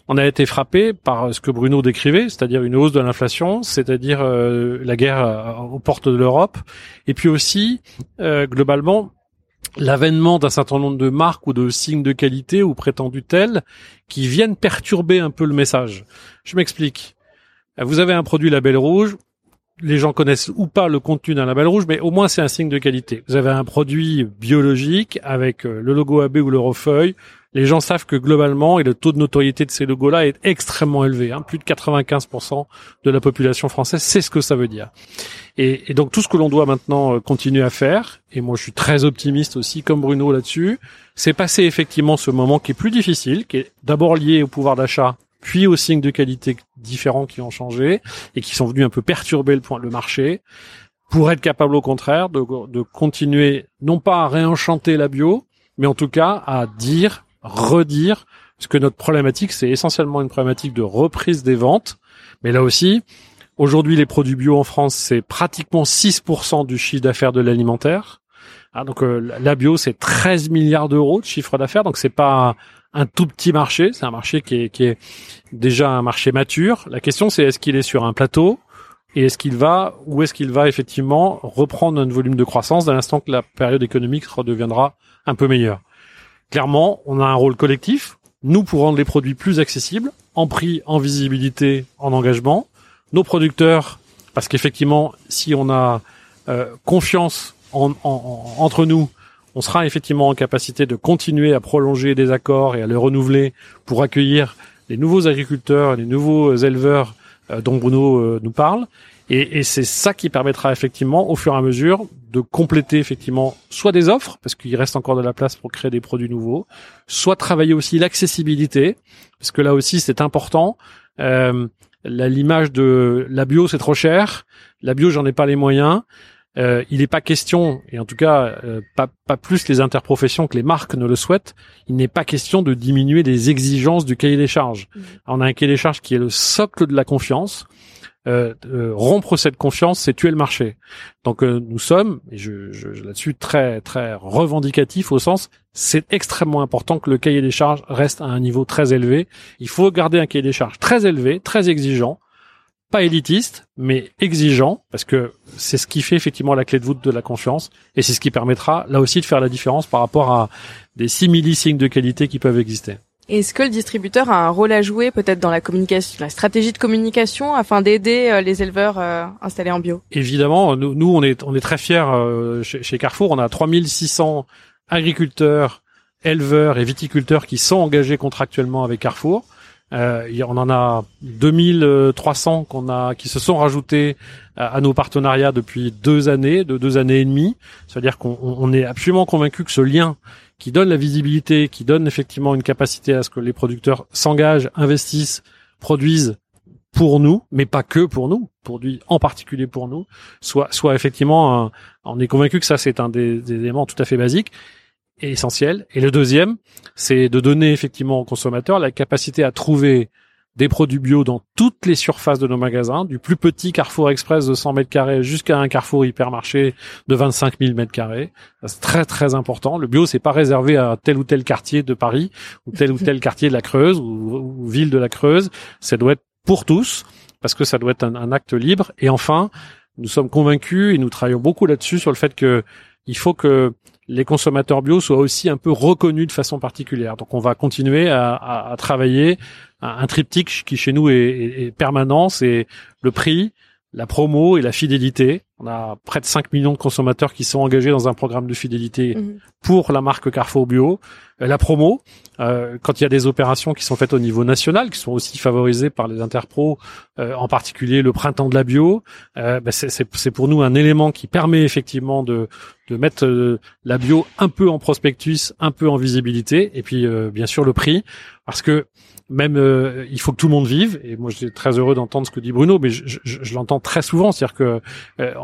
on a été frappé par ce que Bruno décrivait, c'est-à-dire une hausse de l'inflation, c'est-à-dire euh, la guerre euh, aux portes de l'Europe, et puis aussi euh, globalement l'avènement d'un certain nombre de marques ou de signes de qualité ou prétendus tels qui viennent perturber un peu le message. Je m'explique. Vous avez un produit label rouge, les gens connaissent ou pas le contenu d'un label rouge, mais au moins c'est un signe de qualité. Vous avez un produit biologique avec le logo A B ou l'Eurofeuille, les gens savent que globalement, et le taux de notoriété de ces logos-là est extrêmement élevé, hein, plus de quatre-vingt-quinze pour cent de la population française, c'est ce que ça veut dire. Et, et donc tout ce que l'on doit maintenant continuer à faire, et moi je suis très optimiste aussi comme Bruno là-dessus, c'est passer effectivement ce moment qui est plus difficile, qui est d'abord lié au pouvoir d'achat, puis aux signes de qualité différents qui ont changé et qui sont venus un peu perturber le point, le marché, pour être capable au contraire de, de continuer non pas à réenchanter la bio, mais en tout cas à dire, redire, parce que notre problématique c'est essentiellement une problématique de reprise des ventes, mais là aussi, aujourd'hui les produits bio en France c'est pratiquement six pour cent du chiffre d'affaires de l'alimentaire. Ah, donc euh, la bio c'est treize milliards d'euros de chiffre d'affaires, donc c'est pas un tout petit marché, c'est un marché qui est, qui est déjà un marché mature. La question c'est est-ce qu'il est sur un plateau et est-ce qu'il va, ou est-ce qu'il va effectivement reprendre un volume de croissance dès l'instant que la période économique redeviendra un peu meilleure. Clairement, on a un rôle collectif, nous pour rendre les produits plus accessibles, en prix, en visibilité, en engagement. Nos producteurs, parce qu'effectivement, si on a euh, confiance en, en, en, entre nous, on sera effectivement en capacité de continuer à prolonger des accords et à les renouveler pour accueillir les nouveaux agriculteurs, les nouveaux éleveurs euh, dont Bruno euh, nous parle. Et, et c'est ça qui permettra effectivement, au fur et à mesure, de compléter effectivement soit des offres, parce qu'il reste encore de la place pour créer des produits nouveaux, soit travailler aussi l'accessibilité, parce que là aussi c'est important. Euh, la, l'image de la bio c'est trop cher, la bio j'en ai pas les moyens. Euh, il n'est pas question, et en tout cas euh, pas, pas plus les interprofessions que les marques ne le souhaitent, il n'est pas question de diminuer les exigences du cahier des charges. Mmh. On a un cahier des charges qui est le socle de la confiance. Euh, euh, rompre cette confiance, c'est tuer le marché. Donc euh, nous sommes, et je, je, je là-dessus très très revendicatif au sens, c'est extrêmement important que le cahier des charges reste à un niveau très élevé. Il faut garder un cahier des charges très élevé, très exigeant, pas élitiste, mais exigeant, parce que c'est ce qui fait effectivement la clé de voûte de la confiance, et c'est ce qui permettra là aussi de faire la différence par rapport à des simili-signes de qualité qui peuvent exister. Est-ce que le distributeur a un rôle à jouer peut-être dans la communication, la stratégie de communication afin d'aider euh, les éleveurs euh, installés en bio? Évidemment, nous, nous on est on est très fiers euh, chez, chez Carrefour, on a trois mille six cents agriculteurs, éleveurs et viticulteurs qui sont engagés contractuellement avec Carrefour. Euh, on en a deux mille trois cents qu'on a qui se sont rajoutés à, à nos partenariats depuis deux années, de deux années et demie. C'est-à-dire qu'on on est absolument convaincu que ce lien qui donne la visibilité, qui donne effectivement une capacité à ce que les producteurs s'engagent, investissent, produisent pour nous, mais pas que pour nous, produits en particulier pour nous, soit, soit effectivement, un, on est convaincu que ça c'est un des, des éléments tout à fait basiques et essentiels. Et le deuxième, c'est de donner effectivement aux consommateurs la capacité à trouver des produits bio dans toutes les surfaces de nos magasins, du plus petit Carrefour Express de cent mètres carrés jusqu'à un Carrefour Hypermarché de vingt-cinq mille mètres carrés. C'est très très important. Le bio, c'est pas réservé à tel ou tel quartier de Paris ou tel ou tel quartier de la Creuse ou, ou ville de la Creuse. Ça doit être pour tous parce que ça doit être un, un acte libre. Et enfin, nous sommes convaincus et nous travaillons beaucoup là-dessus sur le fait que il faut que les consommateurs bio soient aussi un peu reconnus de façon particulière. Donc on va continuer à, à, à travailler un triptyque qui chez nous est, est, est permanent, c'est le prix, la promo et la fidélité. On a près de cinq millions de consommateurs qui sont engagés dans un programme de fidélité mmh. pour la marque Carrefour Bio. La promo, euh, quand il y a des opérations qui sont faites au niveau national, qui sont aussi favorisées par les interpros, euh, en particulier le printemps de la bio, euh, bah c'est, c'est, c'est pour nous un élément qui permet effectivement de, de mettre euh, la bio un peu en prospectus, un peu en visibilité, et puis euh, bien sûr le prix, parce que même euh, il faut que tout le monde vive, et moi je suis très heureux d'entendre ce que dit Bruno, mais je, je, je l'entends très souvent, c'est-à-dire que euh,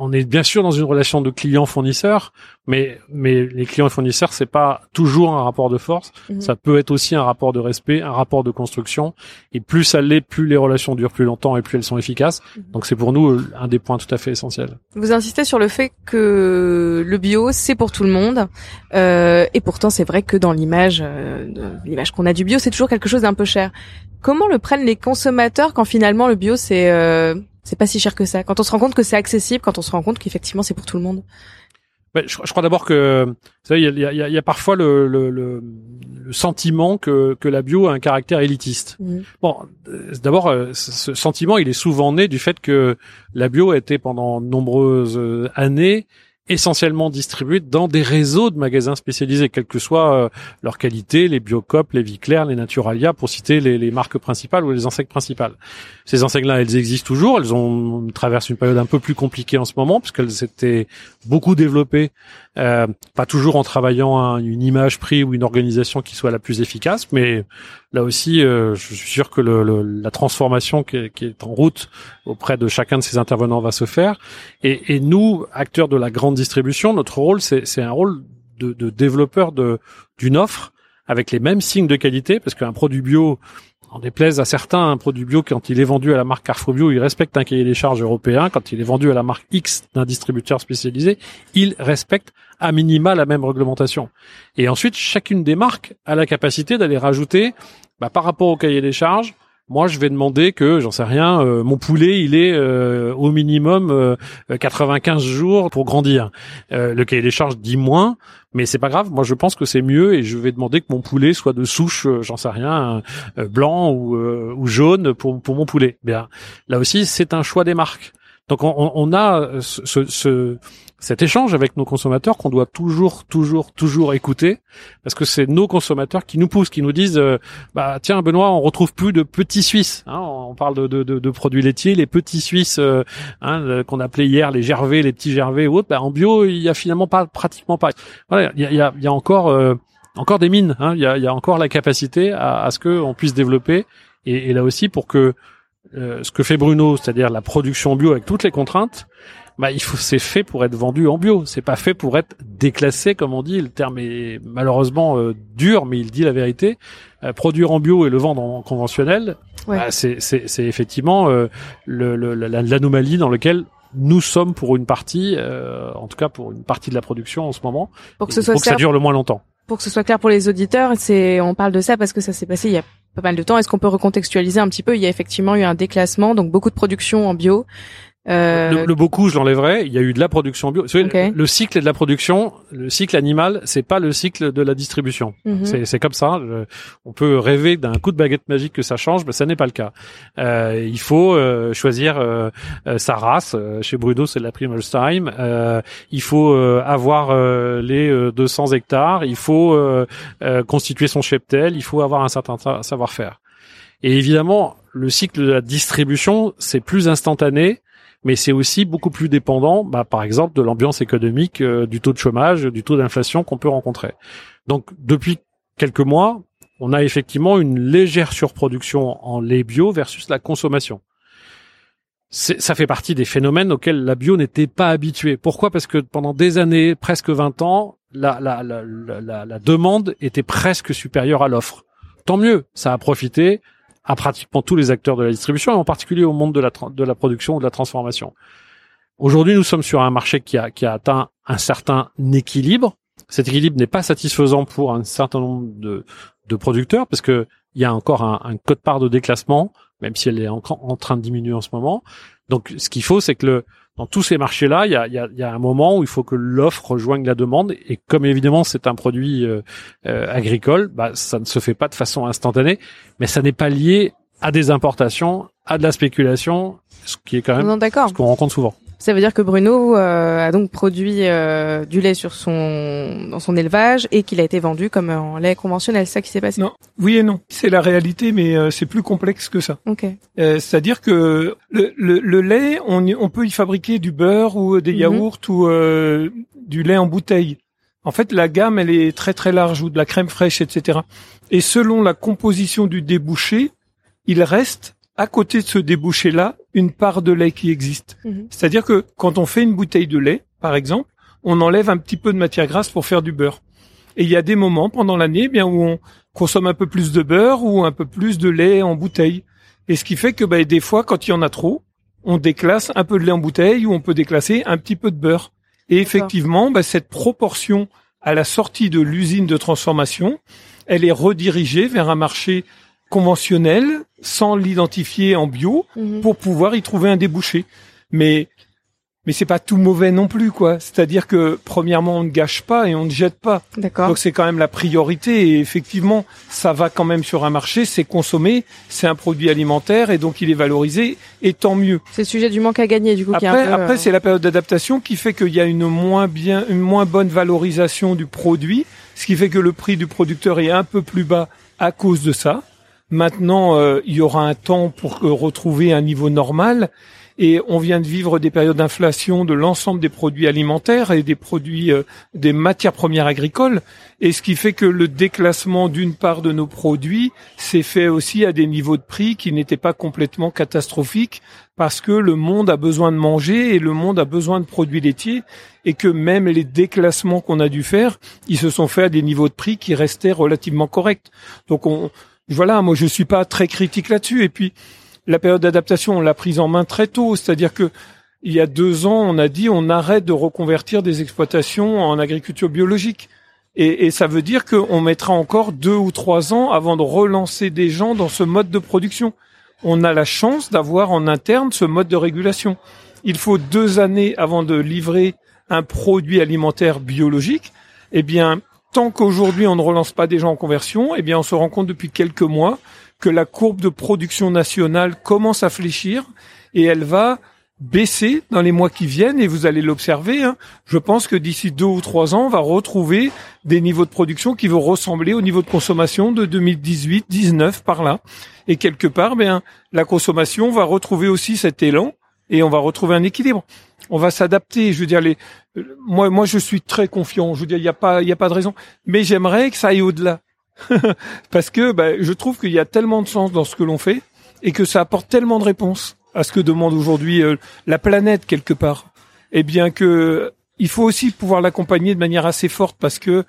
on est bien sûr dans une relation de client-fournisseur, mais mais les clients et fournisseurs, c'est pas toujours un rapport de force. Mmh. Ça peut être aussi un rapport de respect, un rapport de construction. Et plus ça l'est, plus les relations durent plus longtemps et plus elles sont efficaces. Mmh. Donc c'est pour nous un des points tout à fait essentiels. Vous insistez sur le fait que le bio, c'est pour tout le monde. Euh, et pourtant, c'est vrai que dans l'image, euh, l'image qu'on a du bio, c'est toujours quelque chose d'un peu cher. Comment le prennent les consommateurs quand finalement le bio, c'est euh, c'est pas si cher que ça? Quand on se rend compte que c'est accessible, quand on se rend compte qu'effectivement c'est pour tout le monde. Ouais, je, je crois d'abord que il y a, y, a, y a parfois le, le, le, le sentiment que, que la bio a un caractère élitiste. Mmh. Bon, d'abord, ce sentiment, il est souvent né du fait que la bio a été pendant de nombreuses années essentiellement distribués dans des réseaux de magasins spécialisés, quelle que soit euh, leur qualité, les Biocoop, les Viclair, les Naturalia, pour citer les, les marques principales ou les enseignes principales. Ces enseignes-là, elles existent toujours, elles ont traversent une période un peu plus compliquée en ce moment, puisqu'elles s'étaient beaucoup développées, euh, pas toujours en travaillant à une image prix ou une organisation qui soit la plus efficace, mais là aussi, euh, je suis sûr que le, le, la transformation qui est, qui est en route auprès de chacun de ces intervenants va se faire. Et, et nous, acteurs de la grande distribution, notre rôle, c'est, c'est un rôle de, de développeur de, d'une offre avec les mêmes signes de qualité, parce qu'un produit bio, en déplaise à certains, un produit bio, quand il est vendu à la marque Carrefour Bio, il respecte un cahier des charges européen. Quand il est vendu à la marque X d'un distributeur spécialisé, il respecte à minima la même réglementation. Et ensuite, chacune des marques a la capacité d'aller rajouter, bah, par rapport au cahier des charges, moi, je vais demander que, j'en sais rien, euh, mon poulet, il est euh, au minimum euh, quatre-vingt-quinze jours pour grandir. Euh, le cahier des charges dit moins, mais c'est pas grave. Moi, je pense que c'est mieux et je vais demander que mon poulet soit de souche, euh, j'en sais rien, euh, blanc ou, euh, ou jaune pour pour mon poulet. Bien, là aussi, c'est un choix des marques. Donc, on, on a ce, ce, ce cet échange avec nos consommateurs qu'on doit toujours, toujours, toujours écouter, parce que c'est nos consommateurs qui nous poussent, qui nous disent, euh, bah tiens Benoît, on retrouve plus de petits Suisses. Hein, on parle de, de, de, de produits laitiers, les petits Suisses euh, hein, qu'on appelait hier les Gervais, les petits Gervais ou autres. Bah, en bio, il y a finalement pas, pratiquement pas. Voilà, il y a, il y a, il y a encore, euh, encore des mines. Hein, il y a, il y a encore la capacité à, à ce que on puisse développer. Et, et là aussi, pour que euh, ce que fait Bruno, c'est-à-dire la production bio avec toutes les contraintes. Bah, il faut, c'est fait pour être vendu en bio. C'est pas fait pour être déclassé, comme on dit. Le terme est malheureusement euh, dur, mais il dit la vérité. Euh, produire en bio et le vendre en conventionnel, ouais. bah, c'est, c'est, c'est effectivement euh, le, le, la, l'anomalie dans laquelle nous sommes pour une partie, euh, en tout cas pour une partie de la production en ce moment. Pour que ce soit pour que ça dure le moins longtemps. Pour que ce soit clair pour les auditeurs, c'est, on parle de ça parce que ça s'est passé il y a pas mal de temps. Est-ce qu'on peut recontextualiser un petit peu? Il y a effectivement eu un déclassement, donc beaucoup de production en bio. Euh... Le, le beaucoup, je l'enlèverais. Il y a eu de la production bio. Okay. Le, le cycle de la production, le cycle animal, c'est pas le cycle de la distribution. Mm-hmm. C'est, c'est comme ça. Je, on peut rêver d'un coup de baguette magique que ça change, mais ça n'est pas le cas. Euh, il faut euh, choisir euh, euh, sa race. Euh, chez Bruno, c'est la Primolsheim. Euh, il faut euh, avoir euh, les euh, deux cents hectares. Il faut euh, euh, constituer son cheptel. Il faut avoir un certain tra- savoir-faire. Et évidemment, le cycle de la distribution, c'est plus instantané. Mais c'est aussi beaucoup plus dépendant, bah, par exemple, de l'ambiance économique, euh, du taux de chômage, du taux d'inflation qu'on peut rencontrer. Donc, depuis quelques mois, on a effectivement une légère surproduction en lait bio versus la consommation. C'est, ça fait partie des phénomènes auxquels la bio n'était pas habituée. Pourquoi ? Parce que pendant des années, presque vingt ans, la, la, la, la, la demande était presque supérieure à l'offre. Tant mieux, ça a profité à pratiquement tous les acteurs de la distribution et en particulier au monde de la, de la production ou de la transformation. Aujourd'hui, nous sommes sur un marché qui a, qui a atteint un certain équilibre. Cet équilibre n'est pas satisfaisant pour un certain nombre de, de producteurs parce que il y a encore un, un quote-part de déclassement, même si elle est en, en train de diminuer en ce moment. Donc, ce qu'il faut, c'est que le, dans tous ces marchés-là, il y a, il y a, il y a un moment où il faut que l'offre rejoigne la demande. Et comme évidemment c'est un produit euh, euh, agricole, bah, ça ne se fait pas de façon instantanée, mais ça n'est pas lié à des importations, à de la spéculation, ce qui est quand même non, ce qu'on rencontre souvent. Ça veut dire que Bruno euh, a donc produit euh, du lait sur son dans son élevage et qu'il a été vendu comme en lait conventionnel. C'est ça qui s'est passé ? Non, oui et non. C'est la réalité, mais euh, c'est plus complexe que ça. Ok. Euh, c'est-à-dire que le, le, le lait, on, y, on peut y fabriquer du beurre ou des yaourts mm-hmm. ou euh, du lait en bouteille. En fait, la gamme, elle est très très large, ou de la crème fraîche, et cetera. Et selon la composition du débouché, il reste à côté de ce débouché-là une part de lait qui existe. Mmh. C'est-à-dire que quand on fait une bouteille de lait, par exemple, on enlève un petit peu de matière grasse pour faire du beurre. Et il y a des moments pendant l'année, eh bien où on consomme un peu plus de beurre ou un peu plus de lait en bouteille. Et ce qui fait que bah, des fois, quand il y en a trop, on déclasse un peu de lait en bouteille ou on peut déclasser un petit peu de beurre. Et D'accord. effectivement, bah, cette proportion à la sortie de l'usine de transformation, elle est redirigée vers un marché conventionnel sans l'identifier en bio mmh. pour pouvoir y trouver un débouché. Mais mais c'est pas tout mauvais non plus, quoi. C'est-à-dire que premièrement, on ne gâche pas et on ne jette pas. D'accord. Donc c'est quand même la priorité. Et effectivement, ça va quand même sur un marché, c'est consommé, c'est un produit alimentaire et donc il est valorisé. Et tant mieux. C'est le sujet du manque à gagner, du coup. Après, qui est un peu, après euh... c'est la période d'adaptation qui fait qu'il y a une moins bien, une moins bonne valorisation du produit, ce qui fait que le prix du producteur est un peu plus bas à cause de ça. Maintenant, euh, il y aura un temps pour euh, retrouver un niveau normal. Et on vient de vivre des périodes d'inflation de l'ensemble des produits alimentaires et des produits, euh, des matières premières agricoles. Et ce qui fait que le déclassement d'une part de nos produits s'est fait aussi à des niveaux de prix qui n'étaient pas complètement catastrophiques parce que le monde a besoin de manger et le monde a besoin de produits laitiers et que même les déclassements qu'on a dû faire, ils se sont faits à des niveaux de prix qui restaient relativement corrects. Donc on, voilà, moi je suis pas très critique là-dessus. Et puis, la période d'adaptation, on l'a prise en main très tôt, c'est-à-dire que il y a deux ans, on a dit on arrête de reconvertir des exploitations en agriculture biologique. Et, et ça veut dire qu'on mettra encore deux ou trois ans avant de relancer des gens dans ce mode de production. On a la chance d'avoir en interne ce mode de régulation. Il faut deux années avant de livrer un produit alimentaire biologique. Eh bien, tant qu'aujourd'hui on ne relance pas des gens en conversion, eh bien on se rend compte depuis quelques mois que la courbe de production nationale commence à fléchir et elle va baisser dans les mois qui viennent et vous allez l'observer. Hein. Je pense que d'ici deux ou trois ans, on va retrouver des niveaux de production qui vont ressembler au niveau de consommation de deux mille dix-huit dix-neuf par là. Et quelque part, ben la consommation va retrouver aussi cet élan et on va retrouver un équilibre. On va s'adapter. Je veux dire, les, moi, moi, je suis très confiant. Je veux dire, il y a pas, il y a pas de raison. Mais j'aimerais que ça aille au-delà. Parce que bah, je trouve qu'il y a tellement de sens dans ce que l'on fait et que ça apporte tellement de réponses à ce que demande aujourd'hui euh, la planète quelque part. Et bien que il faut aussi pouvoir l'accompagner de manière assez forte parce que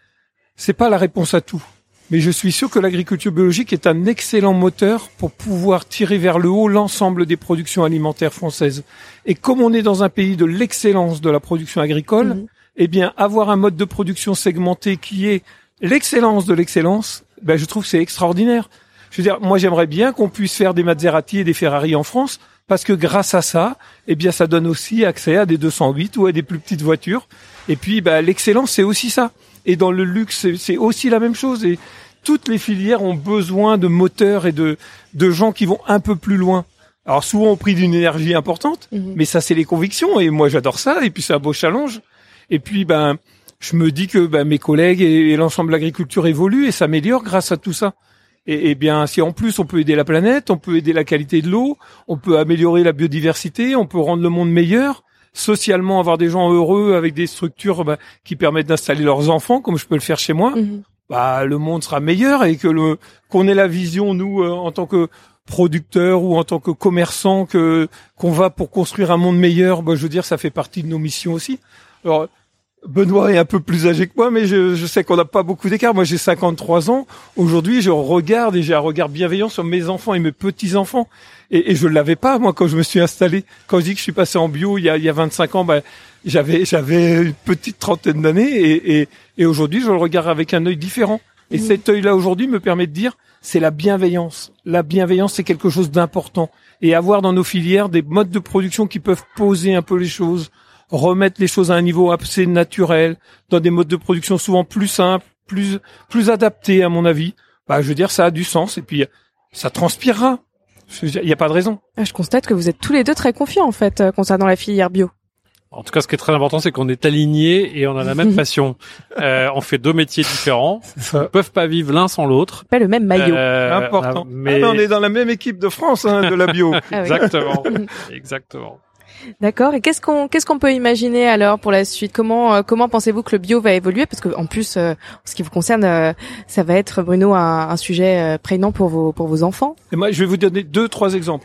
c'est pas la réponse à tout. Mais je suis sûr que l'agriculture biologique est un excellent moteur pour pouvoir tirer vers le haut l'ensemble des productions alimentaires françaises. Et comme on est dans un pays de l'excellence de la production agricole, mmh. eh bien avoir un mode de production segmenté qui est l'excellence de l'excellence, ben je trouve que c'est extraordinaire. Je veux dire, moi j'aimerais bien qu'on puisse faire des Maserati et des Ferrari en France, parce que grâce à ça, eh bien ça donne aussi accès à des deux cent huit ou à des plus petites voitures. Et puis ben l'excellence c'est aussi ça. Et dans le luxe c'est, c'est aussi la même chose. Et toutes les filières ont besoin de moteurs et de de gens qui vont un peu plus loin. Alors souvent au prix d'une énergie importante, mmh. mais ça c'est les convictions. Et moi j'adore ça. Et puis c'est un beau challenge. Et puis ben je me dis que bah, mes collègues et, et l'ensemble de l'agriculture évoluent et s'améliorent grâce à tout ça. Et, et bien, si en plus on peut aider la planète, on peut aider la qualité de l'eau, on peut améliorer la biodiversité, on peut rendre le monde meilleur, socialement avoir des gens heureux avec des structures bah, qui permettent d'installer leurs enfants, comme je peux le faire chez moi, mmh. bah le monde sera meilleur et que le qu'on ait la vision nous euh, en tant que producteurs ou en tant que commerçants que qu'on va pour construire un monde meilleur. Bah, je veux dire, ça fait partie de nos missions aussi. Alors Benoît est un peu plus âgé que moi, mais je, je sais qu'on n'a pas beaucoup d'écart. Moi, j'ai cinquante-trois ans. Aujourd'hui, je regarde et j'ai un regard bienveillant sur mes enfants et mes petits-enfants. Et, et je l'avais pas, moi, quand je me suis installé. Quand je dis que je suis passé en bio il y a, il y a vingt-cinq ans, ben, j'avais, j'avais une petite trentaine d'années. Et, et, et aujourd'hui, je le regarde avec un œil différent. Et mmh. cet œil-là, aujourd'hui, me permet de dire, c'est la bienveillance. La bienveillance, c'est quelque chose d'important. Et avoir dans nos filières des modes de production qui peuvent poser un peu les choses, remettre les choses à un niveau assez naturel, dans des modes de production souvent plus simples, plus plus adaptés à mon avis. Bah, je veux dire, ça a du sens et puis ça transpirera. Il n'y a pas de raison. Je constate que vous êtes tous les deux très confiants en fait concernant la filière bio. En tout cas, ce qui est très important, c'est qu'on est alignés et on a la même passion. Euh, on fait deux métiers différents. Ils ne peuvent pas vivre l'un sans l'autre. Pas le même maillot. Euh, Important. Mais... Ah, mais on est dans la même équipe de France hein, de la bio. Ah, oui. Exactement. Exactement. D'accord. Et qu'est-ce qu'on qu'est-ce qu'on peut imaginer alors pour la suite? Comment euh, comment pensez-vous que le bio va évoluer? Parce que en plus, euh, en ce qui vous concerne, euh, ça va être Bruno un, un sujet euh, prégnant pour vos pour vos enfants. Et moi, je vais vous donner deux trois exemples.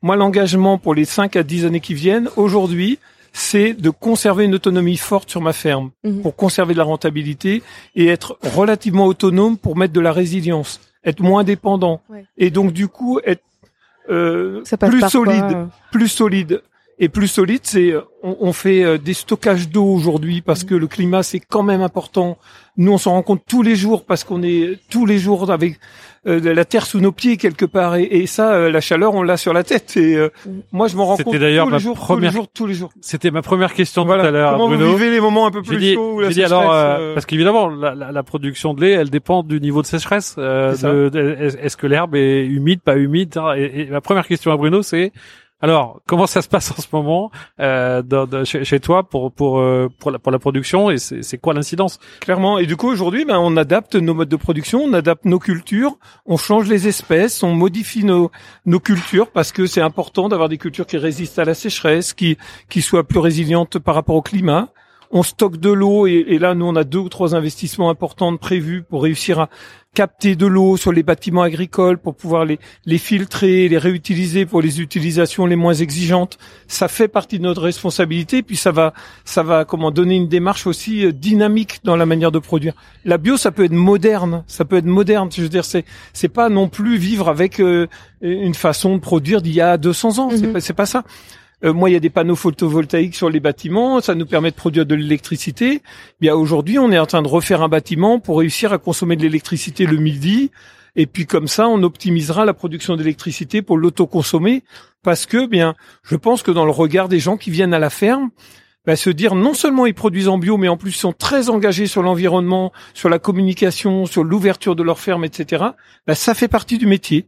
Moi, l'engagement pour les cinq à dix années qui viennent, aujourd'hui, c'est de conserver une autonomie forte sur ma ferme, mmh. pour conserver de la rentabilité et être relativement autonome pour mettre de la résilience, être moins dépendant. Ouais. Et donc, du coup, être euh, plus solide, quoi, euh... plus solide. Et plus solide, c'est on, on fait des stockages d'eau aujourd'hui parce mmh. que le climat, c'est quand même important. Nous, on s'en rend compte tous les jours parce qu'on est tous les jours avec euh, la terre sous nos pieds quelque part. Et, et ça, euh, la chaleur, on l'a sur la tête. Et euh, mmh. moi, je m'en rends C'était compte d'ailleurs tous, ma les jours, première... tous les jours, tous les jours. C'était ma première question voilà. tout à l'heure, Comment Bruno. vous vivez les moments un peu plus dit, chauds ou la dit sécheresse alors, euh, euh... parce qu'évidemment, la, la, la production de lait, elle dépend du niveau de sécheresse. Euh, de, de, est-ce que l'herbe est humide, pas humide, hein, et, et ma première question à Bruno, c'est alors, comment ça se passe en ce moment euh, dans, dans, chez, chez toi pour pour euh, pour la pour la production et c'est, c'est quoi l'incidence? Clairement. Et du coup, aujourd'hui, ben on adapte nos modes de production, on adapte nos cultures, on change les espèces, on modifie nos nos cultures parce que c'est important d'avoir des cultures qui résistent à la sécheresse, qui qui soient plus résilientes par rapport au climat. On stocke de l'eau et, et là, nous, on a deux ou trois investissements importants prévus pour réussir à capter de l'eau sur les bâtiments agricoles pour pouvoir les, les filtrer, les réutiliser pour les utilisations les moins exigeantes. Ça fait partie de notre responsabilité, puis ça va, ça va comment donner une démarche aussi dynamique dans la manière de produire. La bio, ça peut être moderne, ça peut être moderne. Je veux dire, c'est, c'est pas non plus vivre avec euh, une façon de produire d'il y a deux cents ans. Mm-hmm. C'est pas, c'est pas ça. Euh, moi, il y a des panneaux photovoltaïques sur les bâtiments, ça nous permet de produire de l'électricité. Bien, aujourd'hui, on est en train de refaire un bâtiment pour réussir à consommer de l'électricité le midi. Et puis, comme ça, on optimisera la production d'électricité pour l'autoconsommer. Parce que, bien, je pense que dans le regard des gens qui viennent à la ferme, ben, se dire non seulement ils produisent en bio, mais en plus ils sont très engagés sur l'environnement, sur la communication, sur l'ouverture de leur ferme, et cetera. Ben, ça fait partie du métier.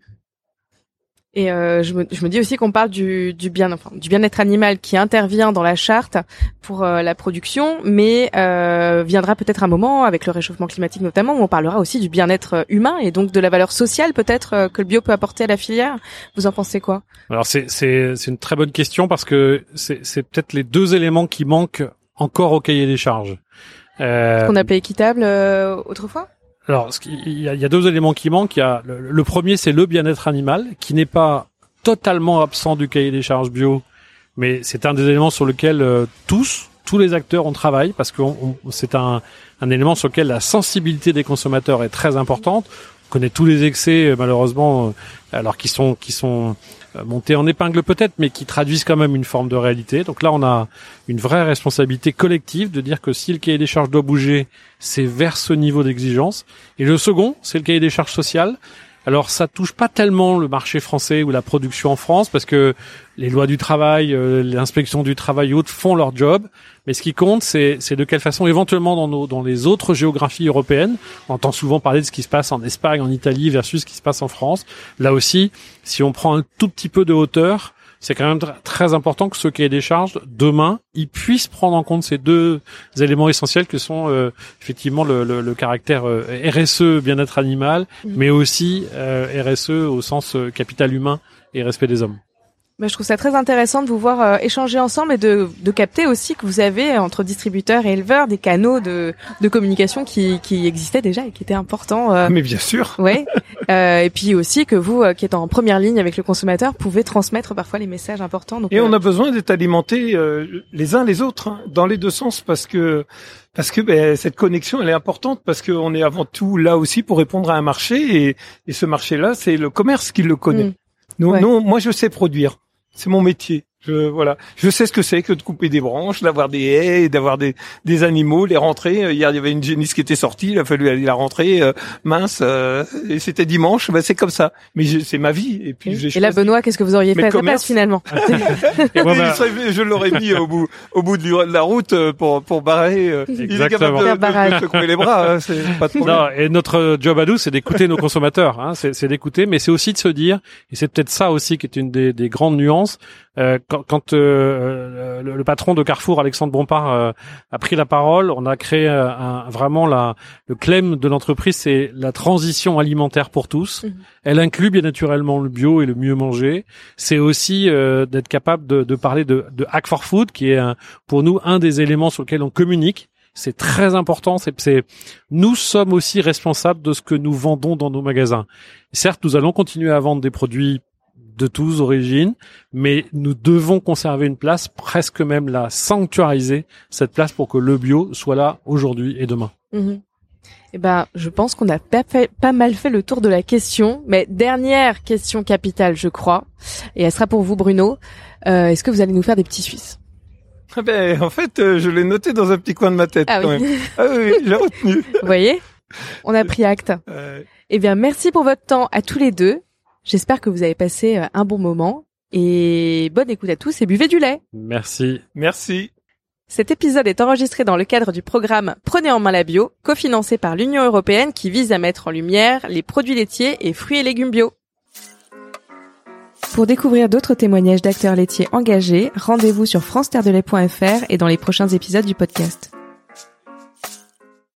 Et euh, je, me, je me dis aussi qu'on parle du, du bien, enfin, du bien-être animal qui intervient dans la charte pour euh, la production, mais euh, viendra peut-être un moment avec le réchauffement climatique notamment où on parlera aussi du bien-être humain et donc de la valeur sociale peut-être euh, que le bio peut apporter à la filière. Vous en pensez quoi? Alors c'est c'est c'est une très bonne question parce que c'est c'est peut-être les deux éléments qui manquent encore au cahier des charges. Euh, Ce qu'on appelait équitable euh, autrefois. Alors, il y a, il y a deux éléments qui manquent. Il y a le, le premier, c'est le bien-être animal, qui n'est pas totalement absent du cahier des charges bio, mais c'est un des éléments sur lequel euh, tous, tous les acteurs on travaille, parce que on, on, c'est un, un élément sur lequel la sensibilité des consommateurs est très importante. On connaît tous les excès, malheureusement, euh, alors qui sont qui sont euh, montés en épingle peut-être, mais qui traduisent quand même une forme de réalité. Donc là, on a une vraie responsabilité collective de dire que si le cahier des charges doit bouger, c'est vers ce niveau d'exigence. Et le second, c'est le cahier des charges sociales. Alors ça touche pas tellement le marché français ou la production en France parce que les lois du travail, euh, l'inspection du travail et autres font leur job. Mais ce qui compte, c'est, c'est de quelle façon, éventuellement dans nos, dans les autres géographies européennes, on entend souvent parler de ce qui se passe en Espagne, en Italie versus ce qui se passe en France. Là aussi, si on prend un tout petit peu de hauteur, c'est quand même très important que ce cahier des charges, demain, il puisse prendre en compte ces deux éléments essentiels que sont euh, effectivement le, le, le caractère euh, R S E, bien-être animal, mmh. mais aussi euh, R S E au sens euh, capital humain et respect des hommes. Bah, je trouve ça très intéressant de vous voir euh, échanger ensemble et de, de capter aussi que vous avez entre distributeurs et éleveurs des canaux de, de communication qui, qui existaient déjà et qui étaient importants. Euh, Mais bien sûr. Ouais. Euh, et puis aussi que vous, euh, qui êtes en première ligne avec le consommateur, pouvez transmettre parfois les messages importants. Donc, et euh... on a besoin d'être alimentés euh, les uns les autres, hein, dans les deux sens, parce que parce que ben, cette connexion elle est importante parce qu'on est avant tout là aussi pour répondre à un marché et, et ce marché-là, c'est le commerce qui le connaît. Mmh. Nous, ouais. nous, moi, je sais produire. C'est mon métier. Je, voilà. Je sais ce que c'est que de couper des branches, d'avoir des haies, d'avoir des, des animaux, les rentrer. Hier, il y avait une génisse qui était sortie, il a fallu aller la rentrer, euh, mince, euh, et c'était dimanche, ben, c'est comme ça. Mais je, c'est ma vie. Et puis, et, j'ai et là, Benoît, qu'est-ce que vous auriez fait à sa place, finalement? et moi, bah... Je l'aurais mis au bout, au bout de la route pour, pour barrer. Euh, il est capable de, de, de se couper les bras, hein, c'est pas de problème. Non, et notre job à nous, c'est d'écouter nos consommateurs, hein, c'est, c'est d'écouter, mais c'est aussi de se dire, et c'est peut-être ça aussi qui est une des, des grandes nuances, euh, quand, quand euh, le, le patron de Carrefour, Alexandre Bompard, euh, a pris la parole, on a créé un, un, vraiment la, le claim de l'entreprise, c'est la transition alimentaire pour tous. Mmh. Elle inclut bien naturellement le bio et le mieux manger. C'est aussi euh, d'être capable de, de parler de, de Hack for Food, qui est un, pour nous un des éléments sur lesquels on communique. C'est très important. C'est, c'est, nous sommes aussi responsables de ce que nous vendons dans nos magasins. Certes, nous allons continuer à vendre des produits de tous origines, mais nous devons conserver une place, presque même la sanctuariser, cette place pour que le bio soit là aujourd'hui et demain. Mmh. Eh ben, je pense qu'on a pas, fait, pas mal fait le tour de la question, mais dernière question capitale, je crois, et elle sera pour vous, Bruno. Euh, est-ce que vous allez nous faire des petits Suisses? Ah ben, en fait, euh, je l'ai noté dans un petit coin de ma tête ah quand oui. même. Ah oui, j'ai retenu. Vous voyez, on a pris acte. Euh... Eh bien, merci pour votre temps à tous les deux. J'espère que vous avez passé un bon moment. Et bonne écoute à tous et buvez du lait. Merci. Merci. Cet épisode est enregistré dans le cadre du programme Prenez en main la bio, cofinancé par l'Union européenne qui vise à mettre en lumière les produits laitiers et fruits et légumes bio. Pour découvrir d'autres témoignages d'acteurs laitiers engagés, rendez-vous sur france terre de lait point f r et dans les prochains épisodes du podcast.